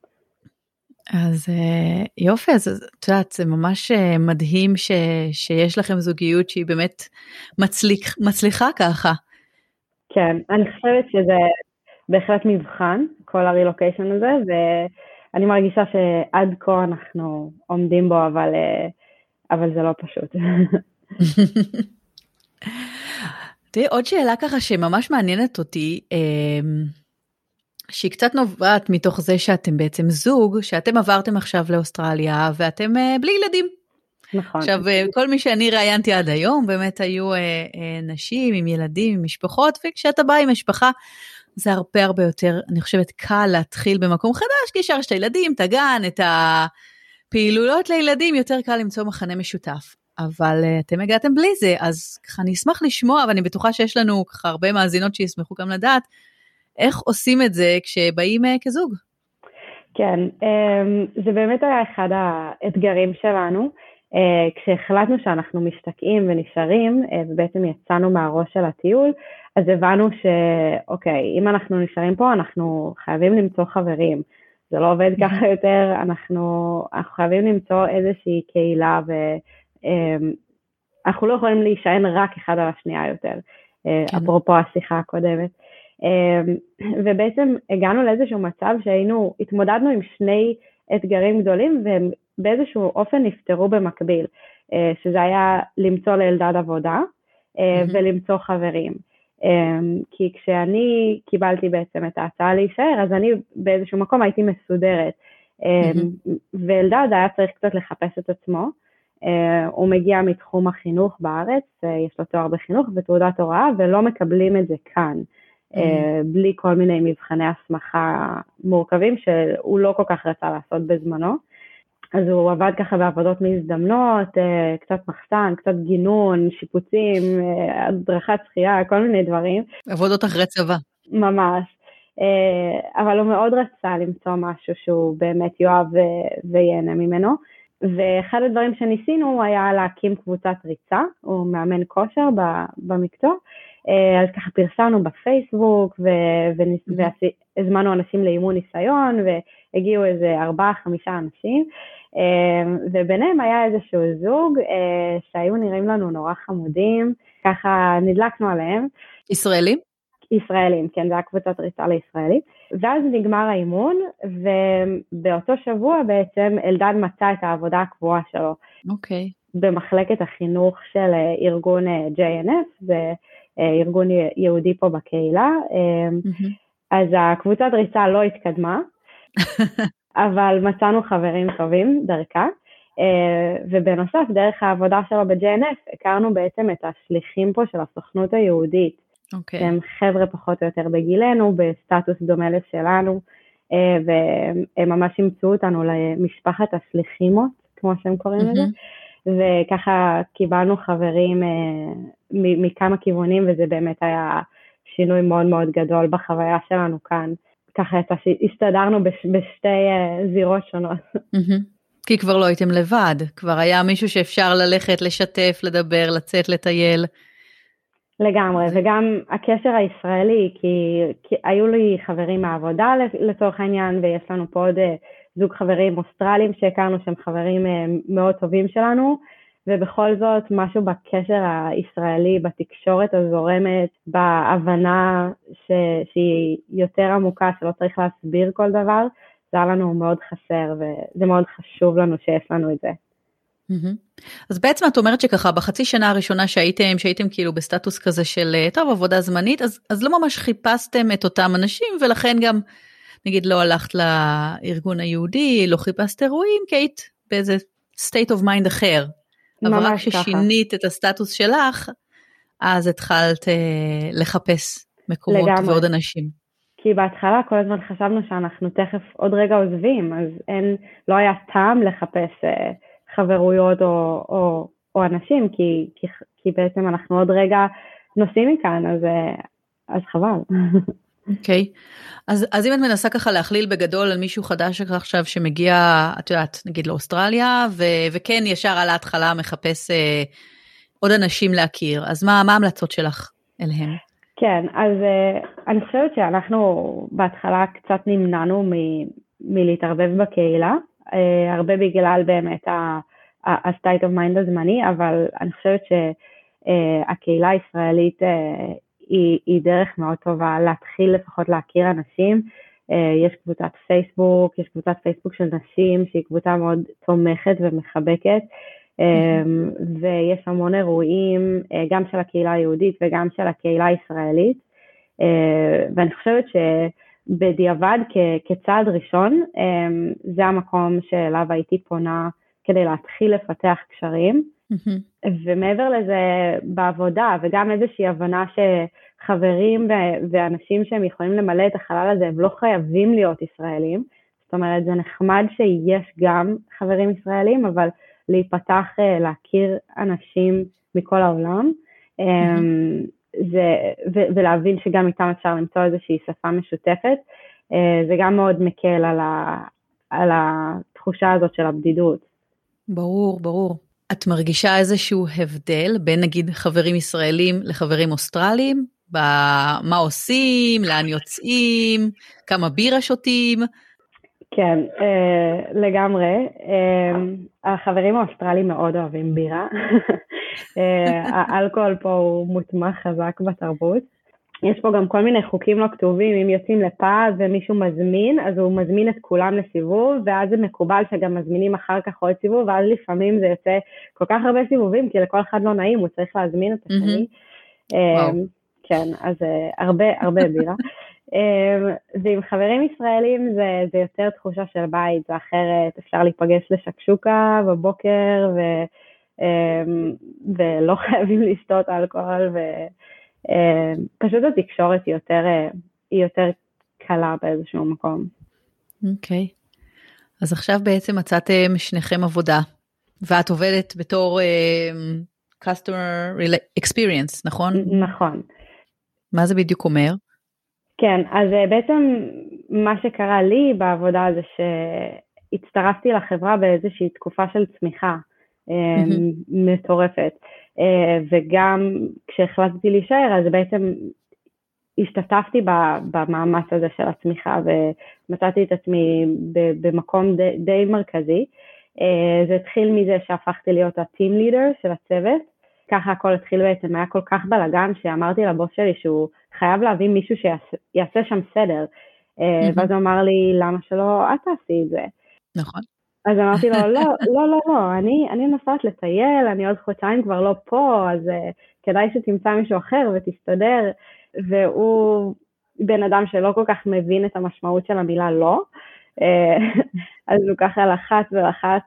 אז יופי, אז את יודעת, זה ממש מדהים שיש לכם זוגיות שהיא באמת מצליחה ככה. כן, אני חושבת שזה בהחלט מבחן, כל הרילוקיישן הזה, ואני מרגישה שעד כה אנחנו עומדים בו, אבל זה לא פשוט. תראי, עוד שאלה ככה שממש מעניינת אותי, שהיא קצת נובעת מתוך זה שאתם בעצם זוג, שאתם עברתם עכשיו לאוסטרליה, ואתם בלי ילדים. נכון. עכשיו, כל מי שאני ראיינתי עד היום, באמת היו נשים עם ילדים, עם משפחות, וכשאתה בא עם משפחה, זה הרבה יותר, אני חושבת, קל להתחיל במקום חדש, כי ישר יש את הילדים, את הגן, את הפעילויות לילדים, יותר קל למצוא מחנה משותף. אבל אתם הגעתם בלי זה, אז ככה אני אשמח לשמוע, ואני בטוחה שיש לנו ככה הרבה מאזינות שישמחו גם לדעת, איך עושים את זה כשבאים כזוג? כן, זה באמת היה אחד האתגרים שלנו, כשהחלטנו שאנחנו משתקעים ונשארים, ובעצם יצאנו מהראש של הטיול, אז הבנו שאוקיי, אם אנחנו נשארים פה, אנחנו חייבים למצוא חברים, זה לא עובד ככה יותר, אנחנו חייבים למצוא איזושהי קהילה, ואנחנו לא יכולים להישען רק אחד על השנייה יותר, אפרופו השיחה הקודמת, ובעצם הגענו לאיזשהו מצב התמודדנו עם 2 אתגרים גדולים, והם באיזשהו אופן נפתרו במקביל, שזה היה למצוא לילדד עבודה, ולמצוא חברים. כי כשאני קיבלתי בעצם את ההצעה להישאר, אז אני באיזשהו מקום הייתי מסודרת, וילדד היה צריך קצת לחפש את עצמו, הוא מגיע מתחום החינוך בארץ, יש לו תואר בחינוך ותעודת הוראה, ולא מקבלים את זה כאן, בלי כל מיני מבחני הסמכה מורכבים, שהוא לא כל כך רצה לעשות בזמנו, אז הוא עבד ככה בעבודות מזדמנות, קצת מחסן, קצת גינון, שיפוצים, הדרכת שחייה, כל מיני דברים. עבודות אחרי צבא. ממש. אבל הוא מאוד רצה למצוא משהו שהוא באמת יאהב ויהנה ממנו. ואחד הדברים שניסינו היה להקים קבוצת ריצה, הוא מאמן כושר במקצוע, אז ככה פרסמנו בפייסבוק, והזמנו אנשים לאימון ניסיון, והגיעו איזה 4-5 אנשים, וביניהם היה איזשהו זוג, שהיו נראים לנו נורא חמודים, ככה נדלקנו עליהם. ישראלים? ישראלים, כן, זה היה קבוצת ריצה לישראלים. ואז נגמר האימון, ובאותו שבוע בעצם אלדד מצא את העבודה הקבועה שלו. אוקיי. במחלקת החינוך של ארגון JNF, זה ארגון יהודי פה בקהילה. אז הקבוצת ריצה לא התקדמה, אבל מצאנו חברים טובים דרכה. ובנוסף, דרך העבודה שלו ב-JNF, הכרנו בעצם את השליחים פה של הסוכנות היהודית. אוקיי. הם חבר'ה פחות או יותר בגילנו, בסטטוס דומה לשלנו, והם ממש ימצאו אותנו למשפחת השליחימות, כמו שהם קוראים לזה, וככה קיבלנו חברים מכמה כיוונים, וזה באמת היה שינוי מאוד מאוד גדול בחוויה שלנו כאן. ככה הסתדרנו בשתי זירות שונות. כי כבר לא הייתם לבד, כבר היה מישהו שאפשר ללכת, לשתף, לדבר, לצאת, לטייל. לגמרי, וגם הקשר הישראלי, כי היו לי חברים מהעבודה לצורך העניין, ויש לנו פה עוד זוג חברים אוסטרלים שהכרנו שהם חברים מאוד טובים שלנו, ובכל זאת משהו בקשר הישראלי, בתקשורת הזורמת, בהבנה שהיא יותר עמוקה, שלא צריך להסביר כל דבר, זה היה לנו מאוד חסר, וזה מאוד חשוב לנו שיש לנו את זה. אז בעצם את אומרת שככה בחצי שנה הראשונה שהייתם כאילו בסטטוס כזה של טוב עבודה זמנית, אז לא ממש חיפשתם את אותם אנשים, ולכן גם נגיד לא הלכת לארגון היהודי, לא חיפשת אירועים, כי היית באיזה state of mind אחר, אבל רק ששינית את הסטטוס שלך, אז התחלת לחפש מקומות לגמרי. ועוד אנשים. כי בהתחלה כל הזמן חשבנו שאנחנו תכף עוד רגע עוזבים, אז לא היה טעם לחפש חברויות או אנשים, כי בעצם אנחנו עוד רגע נוסעים מכאן, אז חבל. אוקיי, אז אם את מנסה ככה להכליל בגדול על מישהו חדש עכשיו שמגיע, את יודעת, נגיד לאוסטרליה, וכן ישר על ההתחלה מחפש עוד אנשים להכיר, אז מה ההמלצות שלך אליהם? כן, אז אני חושבת שאנחנו בהתחלה קצת נמנענו מלהתערבב בקהילה, הרבה בגלל באמת ה-state of mind הזמני, אבל אני חושבת שהקהילה הישראלית היא דרך מאוד טובה להתחיל לפחות להכיר אנשים. יש קבוצת פייסבוק, יש קבוצת פייסבוק של נשים שהיא קבוצה מאוד תומכת ומחבקת, ויש המון אירועים גם של הקהילה היהודית וגם של הקהילה הישראלית, ואני חושבת שבדיעבד כצעד ראשון זה המקום שאליו הייתי פונה כדי להתחיל לפתח קשרים, ומעבר לזה בעבודה וגם איזושהי הבנה שחברים ואנשים שהם יכולים למלא את החלל הזה הם לא חייבים להיות ישראלים, זאת אומרת זה נחמד שיש גם חברים ישראלים, אבל להיפתח, להכיר אנשים מכל העולם, ולהבין שגם איתם אפשר למצוא איזושהי שפה משותפת, זה גם מאוד מקל על התחושה הזאת של הבדידות. ברור, ברור. את מרגישה איזשהו הבדל בין נגיד חברים ישראלים לחברים אוסטרליים? מה עושים, לאן יוצאים, כמה בירה שותים? כן, לגמרי. החברים האוסטרלים מאוד אוהבים בירה. האלכוהול פה הוא מוטמע חזק בתרבות. יש פה גם כל מיני חוקים לא כתובים, אם יוצאים לפאב ומישהו מזמין, אז הוא מזמין את כולם לסיבוב, ואז זה מקובל שגם מזמינים אחר כך עוד סיבוב, ואז לפעמים זה יוצא כל כך הרבה סיבובים, כי לכל אחד לא נעים, הוא צריך להזמין את השני. כן, אז הרבה בירה. ועם חברים ישראלים זה יותר תחושה של בית, זה אחרת, אפשר להיפגש לשקשוקה בבוקר, ולא חייבים לשתות אלכוהול, פשוט התקשורת היא יותר קלה באיזשהו מקום. אוקיי. אז עכשיו בעצם מצאתם שניכם עבודה, ואת עובדת בתור customer experience, נכון? נכון. מה זה בדיוק אומר? כן, אז בעצם מה שקרה לי בעבודה זה שהצטרפתי לחברה באיזושהי תקופה של צמיחה מטורפת. וגם כשהחלטתי להישאר, אז בעצם השתתפתי במאמץ הזה של הצמיחה, ומצאתי את עצמי במקום די מרכזי. זה התחיל מזה שהפכתי להיות הטים לידר של הצוות, ככה הכל התחיל בעצם, היה כל כך בלגן שאמרתי לבוס שלי שהוא חייב להביא מישהו שיעשה שם סדר, ואז הוא אמר לי, למה שלא את תעשי את זה? נכון. אז אמרתי לו, לא, אני נוסעת לטייל, אני עוד חודשיים כבר לא פה, אז כדאי שתמצא מישהו אחר ותסתדר, והוא בן אדם שלא כל כך מבין את המשמעות של המילה לא, אז הוא ככה לחץ ולחץ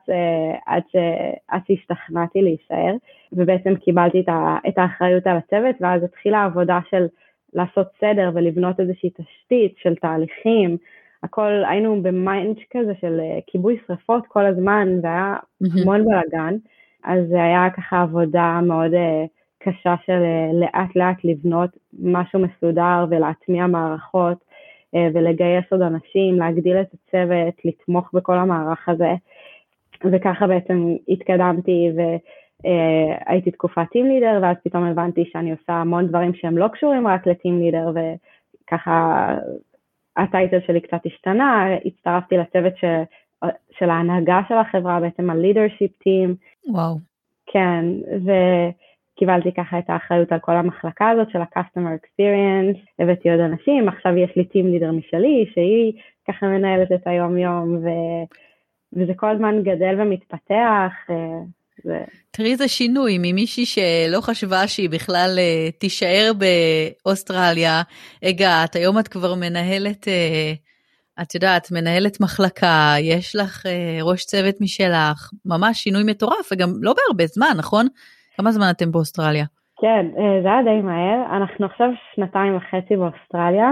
עד שהשתכנעתי להישאר, ובעצם קיבלתי את האחריות על הצוות, ואז התחילה העבודה של לעשות סדר ולבנות איזושהי תשתית של תהליכים, הכל, היינו במיינד כזה של כיבוי שריפות כל הזמן, זה היה המון בלגן, אז זה היה ככה עבודה מאוד קשה של לאט לאט לבנות משהו מסודר ולהטמיע מערכות, ולגייס עוד אנשים, להגדיל את הצוות, לתמוך בכל המערך הזה, וככה בעצם התקדמתי והייתי תקופת טים לידר, ואז פתאום הבנתי שאני עושה המון דברים שהם לא קשורים רק לטים לידר, וככה הטייטל שלי קצת השתנה, הצטרפתי לצוות של ההנהגה של החברה, בעצם ה-leadership team. וואו. כן, קיבלתי ככה את האחריות על כל המחלקה הזאת של ה-customer experience, הבאתי עוד אנשים, עכשיו יש לי טים לידר משלי, שהיא ככה מנהלת את היום יום, וזה כל הזמן גדל ומתפתח. תראי איזה שינוי, ממישהי שלא חשבה שהיא בכלל תישאר באוסטרליה, הגעת, היום את כבר מנהלת, את יודעת, מנהלת מחלקה, יש לך ראש צוות משלך, ממש שינוי מטורף, וגם לא בהרבה זמן, נכון? כמה זמן אתם באוסטרליה? כן, זה היה די מהר. אנחנו עכשיו 2.5 באוסטרליה,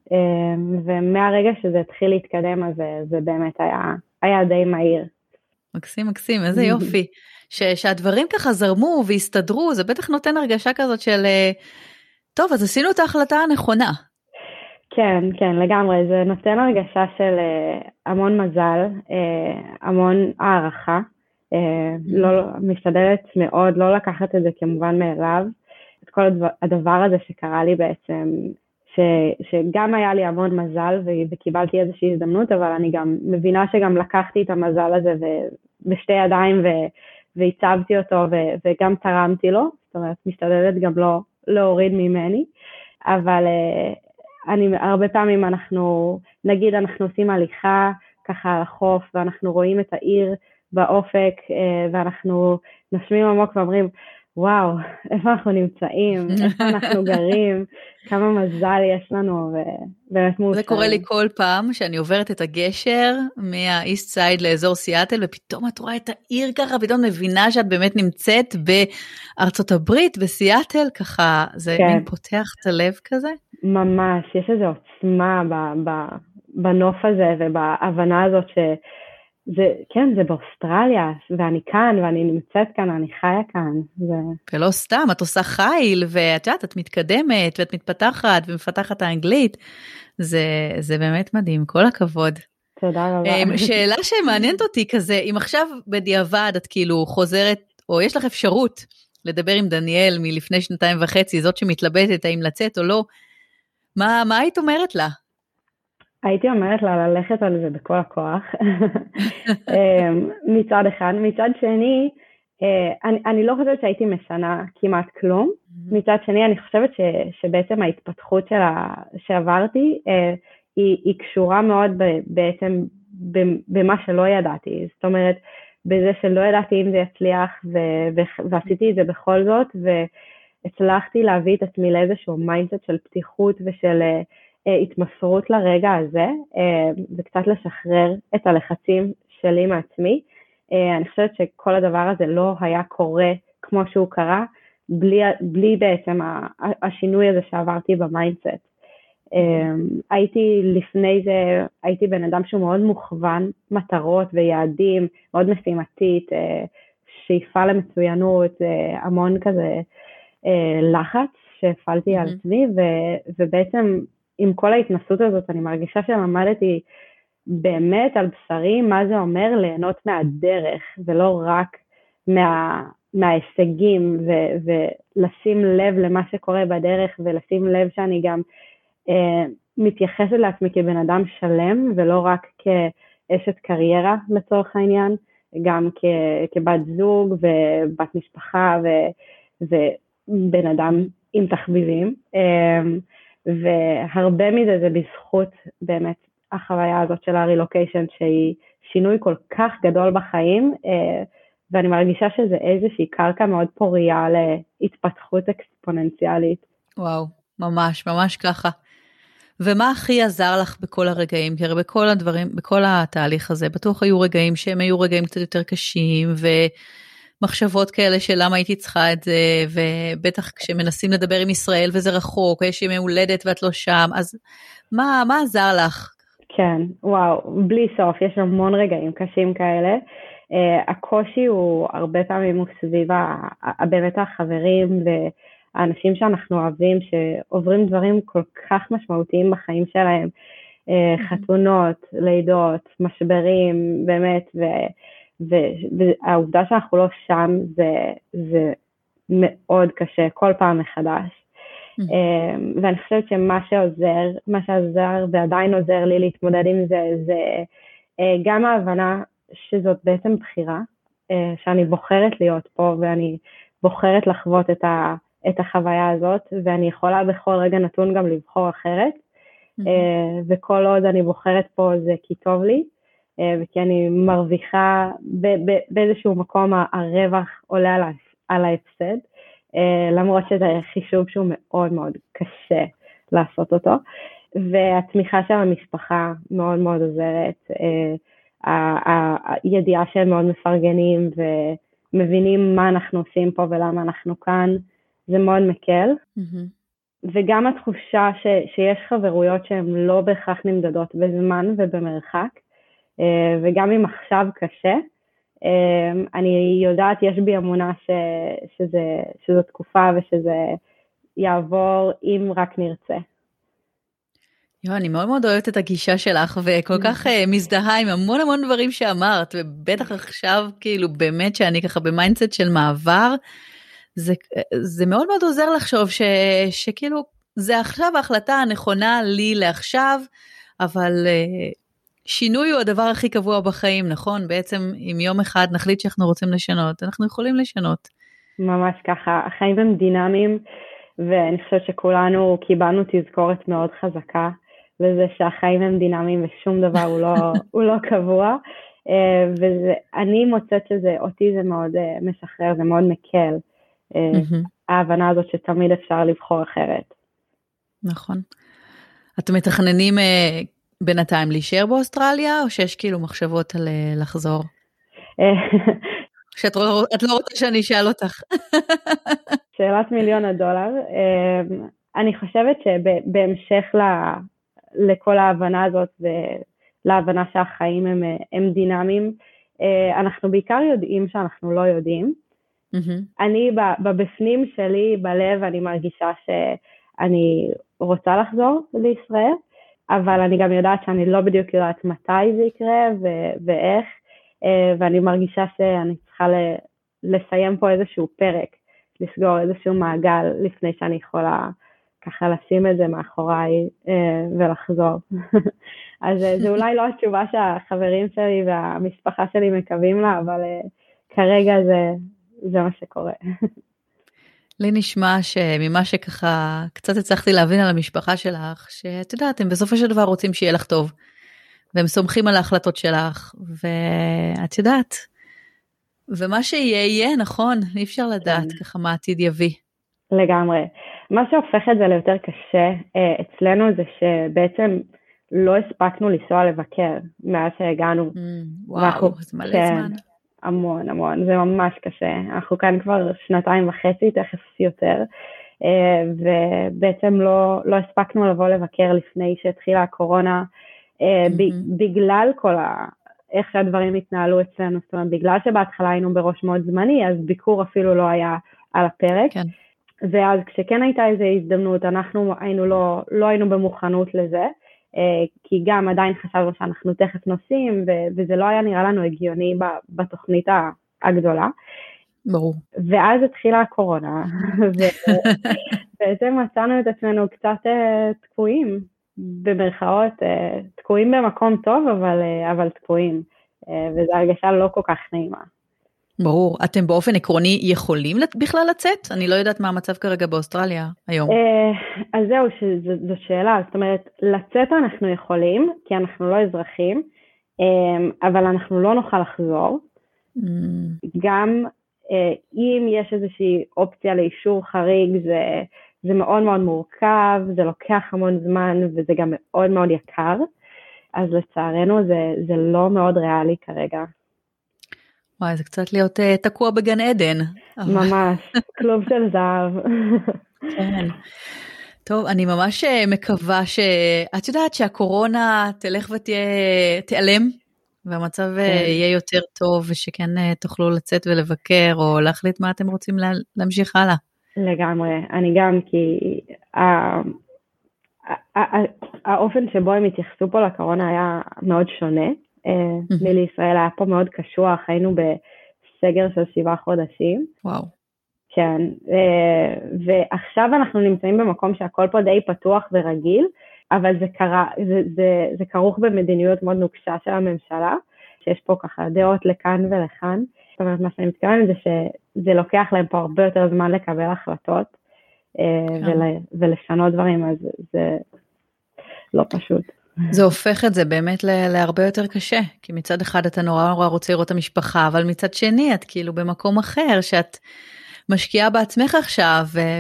ומהרגע שזה התחיל להתקדם, אז זה באמת היה די מהיר. מקסים, מקסים, איזה יופי. שהדברים ככה זרמו והסתדרו, זה בטח נותן הרגשה כזאת של, טוב, אז עשינו את ההחלטה הנכונה. כן, כן, לגמרי. זה נותן הרגשה של המון מזל, המון הערכה. לא משתדלת מאוד לא לקחת את זה כמובן מאליו, את כל הדבר הזה שקרה לי בעצם, שגם היה לי המון מזל וקיבלתי איזושהי הזדמנות, אבל אני גם מבינה שגם לקחתי את המזל הזה בשתי ידיים והצבתי אותו וגם תרמתי לו, זאת אומרת משתדלת גם לא להוריד ממני, אבל הרבה פעמים נגיד אנחנו עושים הליכה ככה על החוף ואנחנו רואים את העיר באופק, ואנחנו נשמים עמוק ואומרים, וואו, איפה אנחנו נמצאים, איפה אנחנו גרים, כמה מזל יש לנו, ובאמת מאושרים. זה קורה לי כל פעם שאני עוברת את הגשר מהאיסט סייד לאזור סיאטל, ופתאום את רואה את העיר ככה, פתאום מבינה שאת באמת נמצאת בארצות הברית, בסיאטל, ככה זה מין פותח את הלב כזה? ממש, יש איזו עוצמה בנוף הזה, ובהבנה הזאת כן, זה באוסטרליה, ואני כאן, ואני נמצאת כאן, אני חיה כאן. ולא סתם, את עושה חיל, ואת יודעת, את מתקדמת, ואת מתפתחת, ומפתחת האנגלית. זה באמת מדהים, כל הכבוד. תודה רבה. שאלה שמעניינת אותי כזה, אם עכשיו בדיעבד את כאילו חוזרת, או יש לך אפשרות לדבר עם דניאל מלפני 2.5, זאת שמתלבטת האם לצאת או לא, מה היית אומרת לה? הייתי אומרת לה ללכת על זה בכל הכוח, מצד אחד. מצד שני, אני לא חושבת שהייתי משנה כמעט כלום. מצד שני, אני חושבת שבעצם ההתפתחות שעברתי, היא קשורה מאוד בעצם במה שלא ידעתי. זאת אומרת, בזה שלא ידעתי אם זה יצליח, ועשיתי את זה בכל זאת, והצלחתי להביא את עצמי לאיזשהו מיינדסט של פתיחות ושל התמסרות לרגע הזה, וקצת לשחרר את הלחצים שלי מעצמי. אני חושבת שכל הדבר הזה לא היה קורה כמו שהוא קרה, בלי בעצם השינוי הזה שעברתי במיינדסט. לפני זה הייתי בן אדם שהוא מאוד מוכוון מטרות ויעדים, מאוד משימתית, שאיפה למצוינות, המון כזה לחץ שהפעלתי על עצמי, ובעצם עם כל ההתנסות הזאת אני מרגישה שלמדתי באמת על בשרי מה זה אומר ליהנות מהדרך, ולא רק מההישגים ולשים לב למה שקורה בדרך ולשים לב שאני גם מתייחסת לעצמי כבן אדם שלם ולא רק כאשת קריירה לצורך העניין, גם כבת זוג ובת משפחה ובן אדם עם תחביבים, והרבה מזה זה בזכות באמת החוויה הזאת של הרילוקיישן שהיא שינוי כל כך גדול בחיים, ואני מרגישה שזה איזושהי קרקע מאוד פוריה להתפתחות אקספוננציאלית. וואו, ממש, ממש ככה. ומה הכי עזר לך בכל הרגעים? כי הרי בכל הדברים, בכל התהליך הזה, בטוח היו רגעים שהם היו רגעים קצת יותר קשים, ומחשבות כאלה של למה הייתי צריכה את זה, ובטח כשמנסים לדבר עם ישראל וזה רחוק, יש ימי הולדת ואת לא שם, אז מה עזר לך? כן, וואו, בלי סוף, יש המון רגעים קשים כאלה. הקושי הוא הרבה פעמים הוא סביב באמת החברים והאנשים שאנחנו אוהבים, שעוברים דברים כל כך משמעותיים בחיים שלהם, חתונות, לידות, משברים, באמת, והעובדה שאנחנו לא שם זה מאוד קשה כל פעם מחדש. ואני חושבת שמה שעזר ועדיין עוזר לי להתמודד עם זה גם ההבנה שזאת בעצם בחירה, שאני בוחרת להיות פה ואני בוחרת לחוות את החוויה הזאת, ואני יכולה בכל רגע נתון גם לבחור אחרת, וכל עוד אני בוחרת פה זה כי טוב לי, וכי אני מרוויחה באיזשהו מקום הרווח עולה על ההפסד, למרות שזה חישוב שהוא מאוד מאוד קשה לעשות אותו, והתמיכה של המשפחה מאוד מאוד עוזרת, הידיעה שהם מאוד מפרגנים ומבינים מה אנחנו עושים פה ולמה אנחנו כאן, זה מאוד מקל. וגם התחושה שיש חברויות שהן לא בהכרח נמדדות בזמן ובמרחק, וגם אם עכשיו קשה, אני יודעת, יש בי אמונה שזו תקופה ושזה יעבור אם רק נרצה. אני מאוד מאוד אוהבת את הגישה שלך, וכל כך מזדהה עם המון המון דברים שאמרת, ובטח עכשיו כאילו באמת שאני ככה במיינדסט של מעבר, זה מאוד מאוד עוזר לחשוב שכאילו זה עכשיו ההחלטה הנכונה לי לעכשיו, אבל שינוי הוא הדבר הכי קבוע בחיים, נכון? בעצם אם יום אחד נחליט שאנחנו רוצים לשנות, אנחנו יכולים לשנות. ממש ככה, החיים הם דינמיים, ואני חושבת שכולנו קיבלנו תזכורת מאוד חזקה, וזה שהחיים הם דינמיים ושום דבר הוא לא קבוע, ואני מוצאת אותי זה מאוד משחרר, זה מאוד מקל, ההבנה הזאת שתמיד אפשר לבחור אחרת. נכון. אתם מתכננים בינתיים להישאר באוסטרליה, או שיש כאילו מחשבות על לחזור? שאת לא רוצה שאני אשאל אותך. שאלת $1,000,000. אני חושבת שבהמשך לכל ההבנה הזאת, ולהבנה שהחיים הם דינמיים, אנחנו בעיקר יודעים שאנחנו לא יודעים. אני בבפנים שלי, בלב, אני מרגישה שאני רוצה לחזור לישראל, אבל אני גם יודעת שאני לא בדיוק יודעת מתי זה יקרה ואיך, ואני מרגישה שאני צריכה לסיים פה איזשהו פרק, לסגור איזשהו מעגל לפני שאני יכולה ככה לשים את זה מאחוריי ולחזור. אז זה אולי לא התשובה שהחברים שלי והמשפחה שלי מקווים לה, אבל כרגע זה מה שקורה. לי נשמע שממה שככה קצת הצלחתי להבין על המשפחה שלך, שאת יודעת, הם בסופו של דבר רוצים שיהיה לך טוב, והם סומכים על ההחלטות שלך, ואת יודעת, ומה שיהיה יהיה, נכון, אי אפשר לדעת ככה מה העתיד יביא. לגמרי. מה שהופך את זה ליותר קשה אצלנו זה שבעצם לא הספקנו לנסוע לבקר מאז שהגענו. וואו, זה מלא זמן. המון, זה ממש קשה. אנחנו כאן כבר 2.5, תכף יותר, ובעצם לא הספקנו לבוא לבקר לפני שהתחילה הקורונה, בגלל איך שהדברים התנהלו אצלנו, זאת אומרת, בגלל שבהתחלה היינו בראש מאוד זמני, אז ביקור אפילו לא היה על הפרק, כן. ואז כשכן הייתה איזו הזדמנות, אנחנו לא היינו במוכנות לזה, כי גם עדיין חשבנו שאנחנו תכף נוסעים, וזה לא היה נראה לנו הגיוני בתוכנית הגדולה. ברור. ואז התחילה הקורונה, ובעצם מצאנו את עצמנו קצת תקועים, במרכאות, תקועים במקום טוב, אבל תקועים, וזו הרגשה לא כל כך נעימה. ברור. אתם באופן עקרוני יכולים בכלל לצאת? אני לא יודעת מה המצב כרגע באוסטרליה היום. אז זהו, זו שאלה. זאת אומרת, לצאת אנחנו יכולים, כי אנחנו לא אזרחים, אבל אנחנו לא נוכל לחזור. גם אם יש איזושהי אופציה לאישור חריג, זה מאוד מאוד מורכב, זה לוקח המון זמן, וזה גם מאוד מאוד יקר. אז לצערנו זה לא מאוד ריאלי כרגע. וואי, זה קצת להיות תקוע בגן עדן. ממש, כלוב של זהב. כן. טוב, אני ממש מקווה את יודעת שהקורונה תלך ותיעלם, והמצב יהיה יותר טוב, ושכן תוכלו לצאת ולבקר, או להחליט מה אתם רוצים להמשיך הלאה. לגמרי, אני גם, כי האופן שבו הם התייחסו פה לקורונה היה מאוד שונה. לישראל היה פה מאוד קשוח, היינו בסגר של 7 חודשים. וואו. כן, ועכשיו אנחנו נמצאים במקום שהכל פה די פתוח ורגיל, אבל זה כרוך במדיניות מאוד נוקשה של הממשלה, שיש פה ככה דעות לכאן ולכאן. זאת אומרת, מה שאני מתכוונת זה שזה לוקח להם פה הרבה יותר זמן לקבל החלטות, ולשנות דברים, אז זה לא פשוט. זה הופך את זה באמת להרבה יותר קשה, כי מצד אחד אתה נורא רוצה לראות את המשפחה, אבל מצד שני את כאילו במקום אחר, שאת משקיעה בעצמך עכשיו,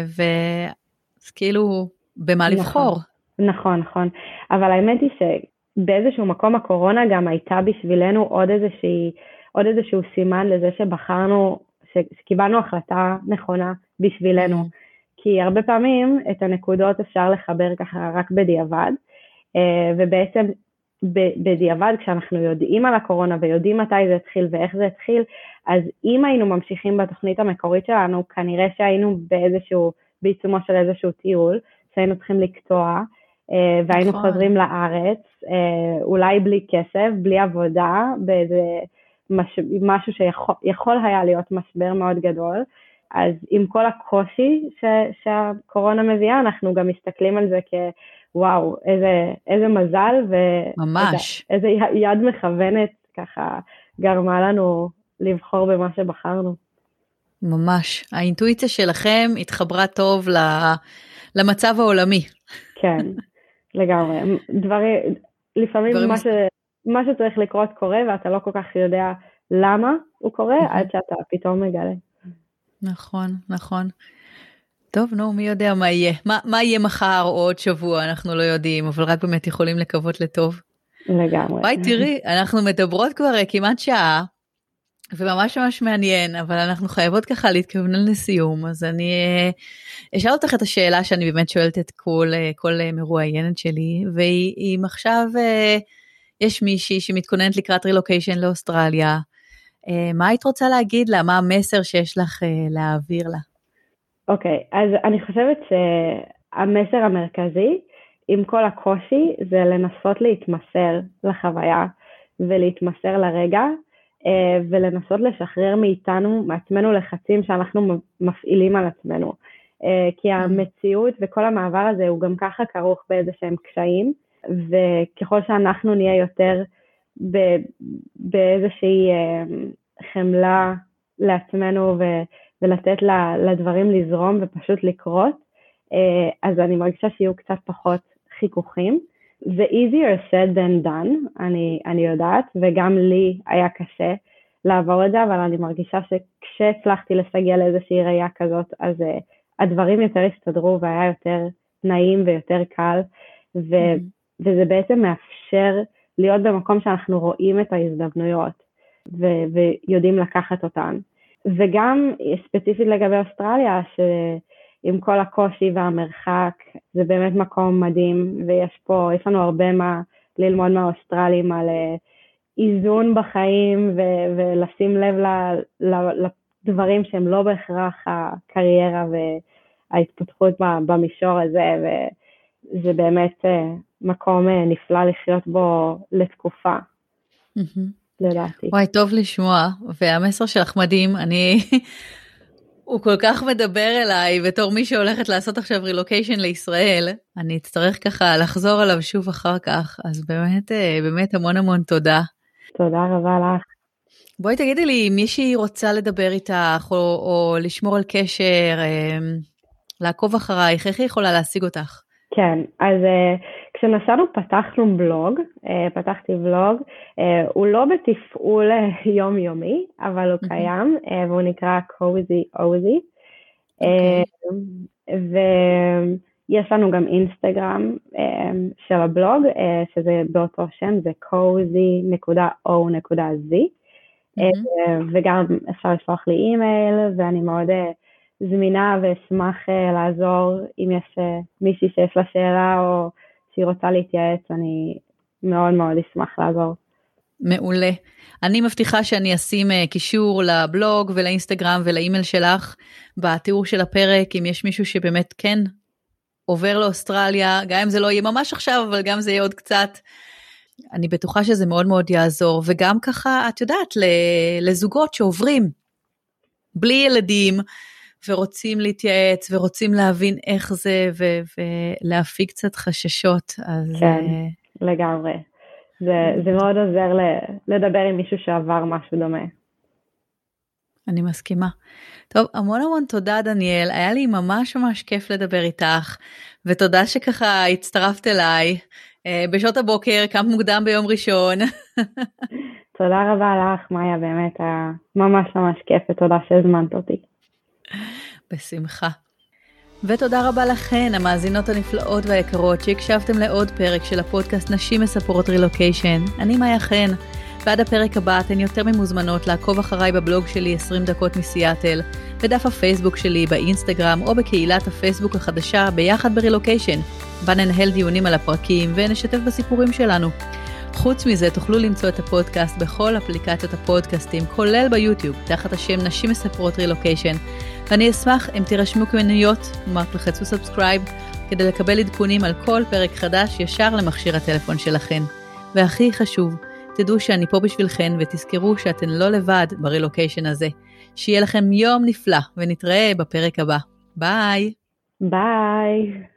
וכאילו במה לבחור. נכון. אבל האמת היא שבאיזשהו מקום הקורונה גם הייתה בשבילנו עוד איזשהו סימן לזה שבחרנו, שקיבלנו החלטה נכונה בשבילנו. כי הרבה פעמים את הנקודות אפשר לחבר ככה רק בדיעבד, ובעצם בדיעבד כשאנחנו יודעים על הקורונה ויודעים מתי זה התחיל ואיך זה התחיל, אז אם היינו ממשיכים בתוכנית המקורית שלנו, כנראה שהיינו בעיצומו של איזשהו טיול, שהיינו צריכים לקטוע, והיינו חוזרים לארץ, אולי בלי כסף, בלי עבודה, באיזה משהו שיכול היה להיות משבר מאוד גדול. אז עם כל הקושי שהקורונה מביאה, אנחנו גם מסתכלים על זה כוואו, איזה מזל, ואיזה יד מכוונת ככה גרמה לנו לבחור במה שבחרנו. ממש, האינטואיציה שלכם התחברה טוב למצב העולמי. כן, לגמרי. לפעמים מה שצריך לקרות קורה, ואתה לא כל כך יודע למה הוא קורה, עד שאתה פתאום מגלה. נכון. טוב, מי יודע מה יהיה. מה יהיה מחר או עוד שבוע, אנחנו לא יודעים, אבל רק באמת יכולים לקוות לטוב. לגמרי. וואי, תראי, אנחנו מדברות כבר כמעט שעה, וממש ממש מעניין, אבל אנחנו חייבות ככה להתכוונן לסיום, אז אני אשאל אותך את השאלה שאני באמת שואלת את כל מרואיינת שלי, ואם עכשיו יש מישהי שמתכוננת לקראת רילוקיישן לאוסטרליה, מה היית רוצה להגיד לה? מה המסר שיש לך להעביר לה? אוקיי, אז אני חושבת שהמסר המרכזי, עם כל הקושי, זה לנסות להתמסר לחוויה, ולהתמסר לרגע, ולנסות לשחרר מעצמנו לחצים שאנחנו מפעילים על עצמנו. כי המציאות וכל המעבר הזה הוא גם ככה כרוך באיזה שהם קשיים, וככל שאנחנו נהיה יותר באיזושהי חמלה לעצמנו ולתת לדברים לזרום ופשוט לקרות, אז אני מרגישה שיהיו קצת פחות חיכוכים. זה easier said than done, אני יודעת, וגם לי היה קשה לעבור את זה, אבל אני מרגישה שכשהצלחתי לסגל לאיזושהי ראייה כזאת, אז הדברים יותר הסתדרו והיה יותר נעים ויותר קל, וזה בעצם מאפשר להיות במקום שאנחנו רואים את ההזדמנויות, ויודעים לקחת אותן. וגם ספציפית לגבי אוסטרליה, שעם כל הקושי והמרחק, זה באמת מקום מדהים, יש לנו הרבה מה ללמוד מהאוסטרלים על איזון בחיים, ולשים לב לדברים שהם לא בהכרח הקריירה וההתפתחות במישור הזה, וזה באמת מקום נפלא לחיות בו לתקופה. לדעתי. וואי, טוב לשמוע, והמסר שלך מדהים, הוא כל כך מדבר אליי, בתור מי שהולכת לעשות עכשיו רילוקיישן לישראל, אני אצטרך ככה לחזור עליו שוב אחר כך, אז באמת המון המון תודה. תודה רבה לך. בואי תגידי לי, אם מישהי רוצה לדבר איתך, או לשמור על קשר, לעקוב אחרייך, איך היא יכולה להשיג אותך? כן, אז כשנסענו פתחנו בלוג, פתחתי בלוג, הוא לא בתפעול יומיומי, אבל הוא קיים, והוא נקרא Cozy Ozy, ויש לנו גם אינסטגרם של הבלוג, שזה באותו שם, זה cozy.o.z, וגם אפשר לשלוח לי אימייל, ואני מאוד זמינה ואשמח לעזור אם יש מישהי שיש לה שאלה או שהיא רוצה להתייעץ, אני מאוד מאוד אשמח לעזור. מעולה. אני מבטיחה שאני אשים קישור לבלוג ולאינסטגרם ולאימייל שלך בתיאור של הפרק, אם יש מישהו שבאמת כן עובר לאוסטרליה, גם אם זה לא יהיה ממש עכשיו, אבל גם זה יהיה עוד קצת. אני בטוחה שזה מאוד מאוד יעזור, וגם ככה, את יודעת, לזוגות שעוברים בלי ילדים, ורוצים להתייעץ, ורוצים להבין איך זה, ולהפיג קצת חששות. אז כן, לגמרי. זה מאוד עוזר לדבר עם מישהו שעבר משהו דומה. אני מסכימה. טוב, המון המון תודה דניאל, היה לי ממש ממש כיף לדבר איתך, ותודה שככה הצטרפת אליי, בשעות הבוקר, קמת מוקדם ביום ראשון. תודה רבה לך, מאיה, באמת היה ממש ממש כיף, ותודה שהזמנת אותי. בשמחה. ותודה רבה לכן, המאזינות הנפלאות והיקרות, שהקשבתם לעוד פרק של הפודקאסט נשים מספרות רילוקיישן. אני מאיה חן. ועד הפרק הבא אתן יותר ממוזמנות לעקוב אחריי בבלוג שלי 20 דקות מסיאטל, בדף הפייסבוק שלי, באינסטגרם או בקהילת הפייסבוק החדשה ביחד ברילוקיישן, בה ננהל דיונים על הפרקים ונשתף בסיפורים שלנו. חוץ מזה תוכלו למצוא את הפודקאסט בכל אפליקציות הפודקאסטים, כולל ביוטיוב, תחת השם נשים מספרות רילוקיישן, ואני אשמח אם תירשמו כמנויות, ולחצו סאבסקרייב, כדי לקבל עדכונים על כל פרק חדש ישר למכשיר הטלפון שלכן. והכי חשוב, תדעו שאני פה בשבילכן, ותזכרו שאתן לא לבד ברילוקיישן הזה. שיהיה לכם יום נפלא, ונתראה בפרק הבא. ביי! ביי!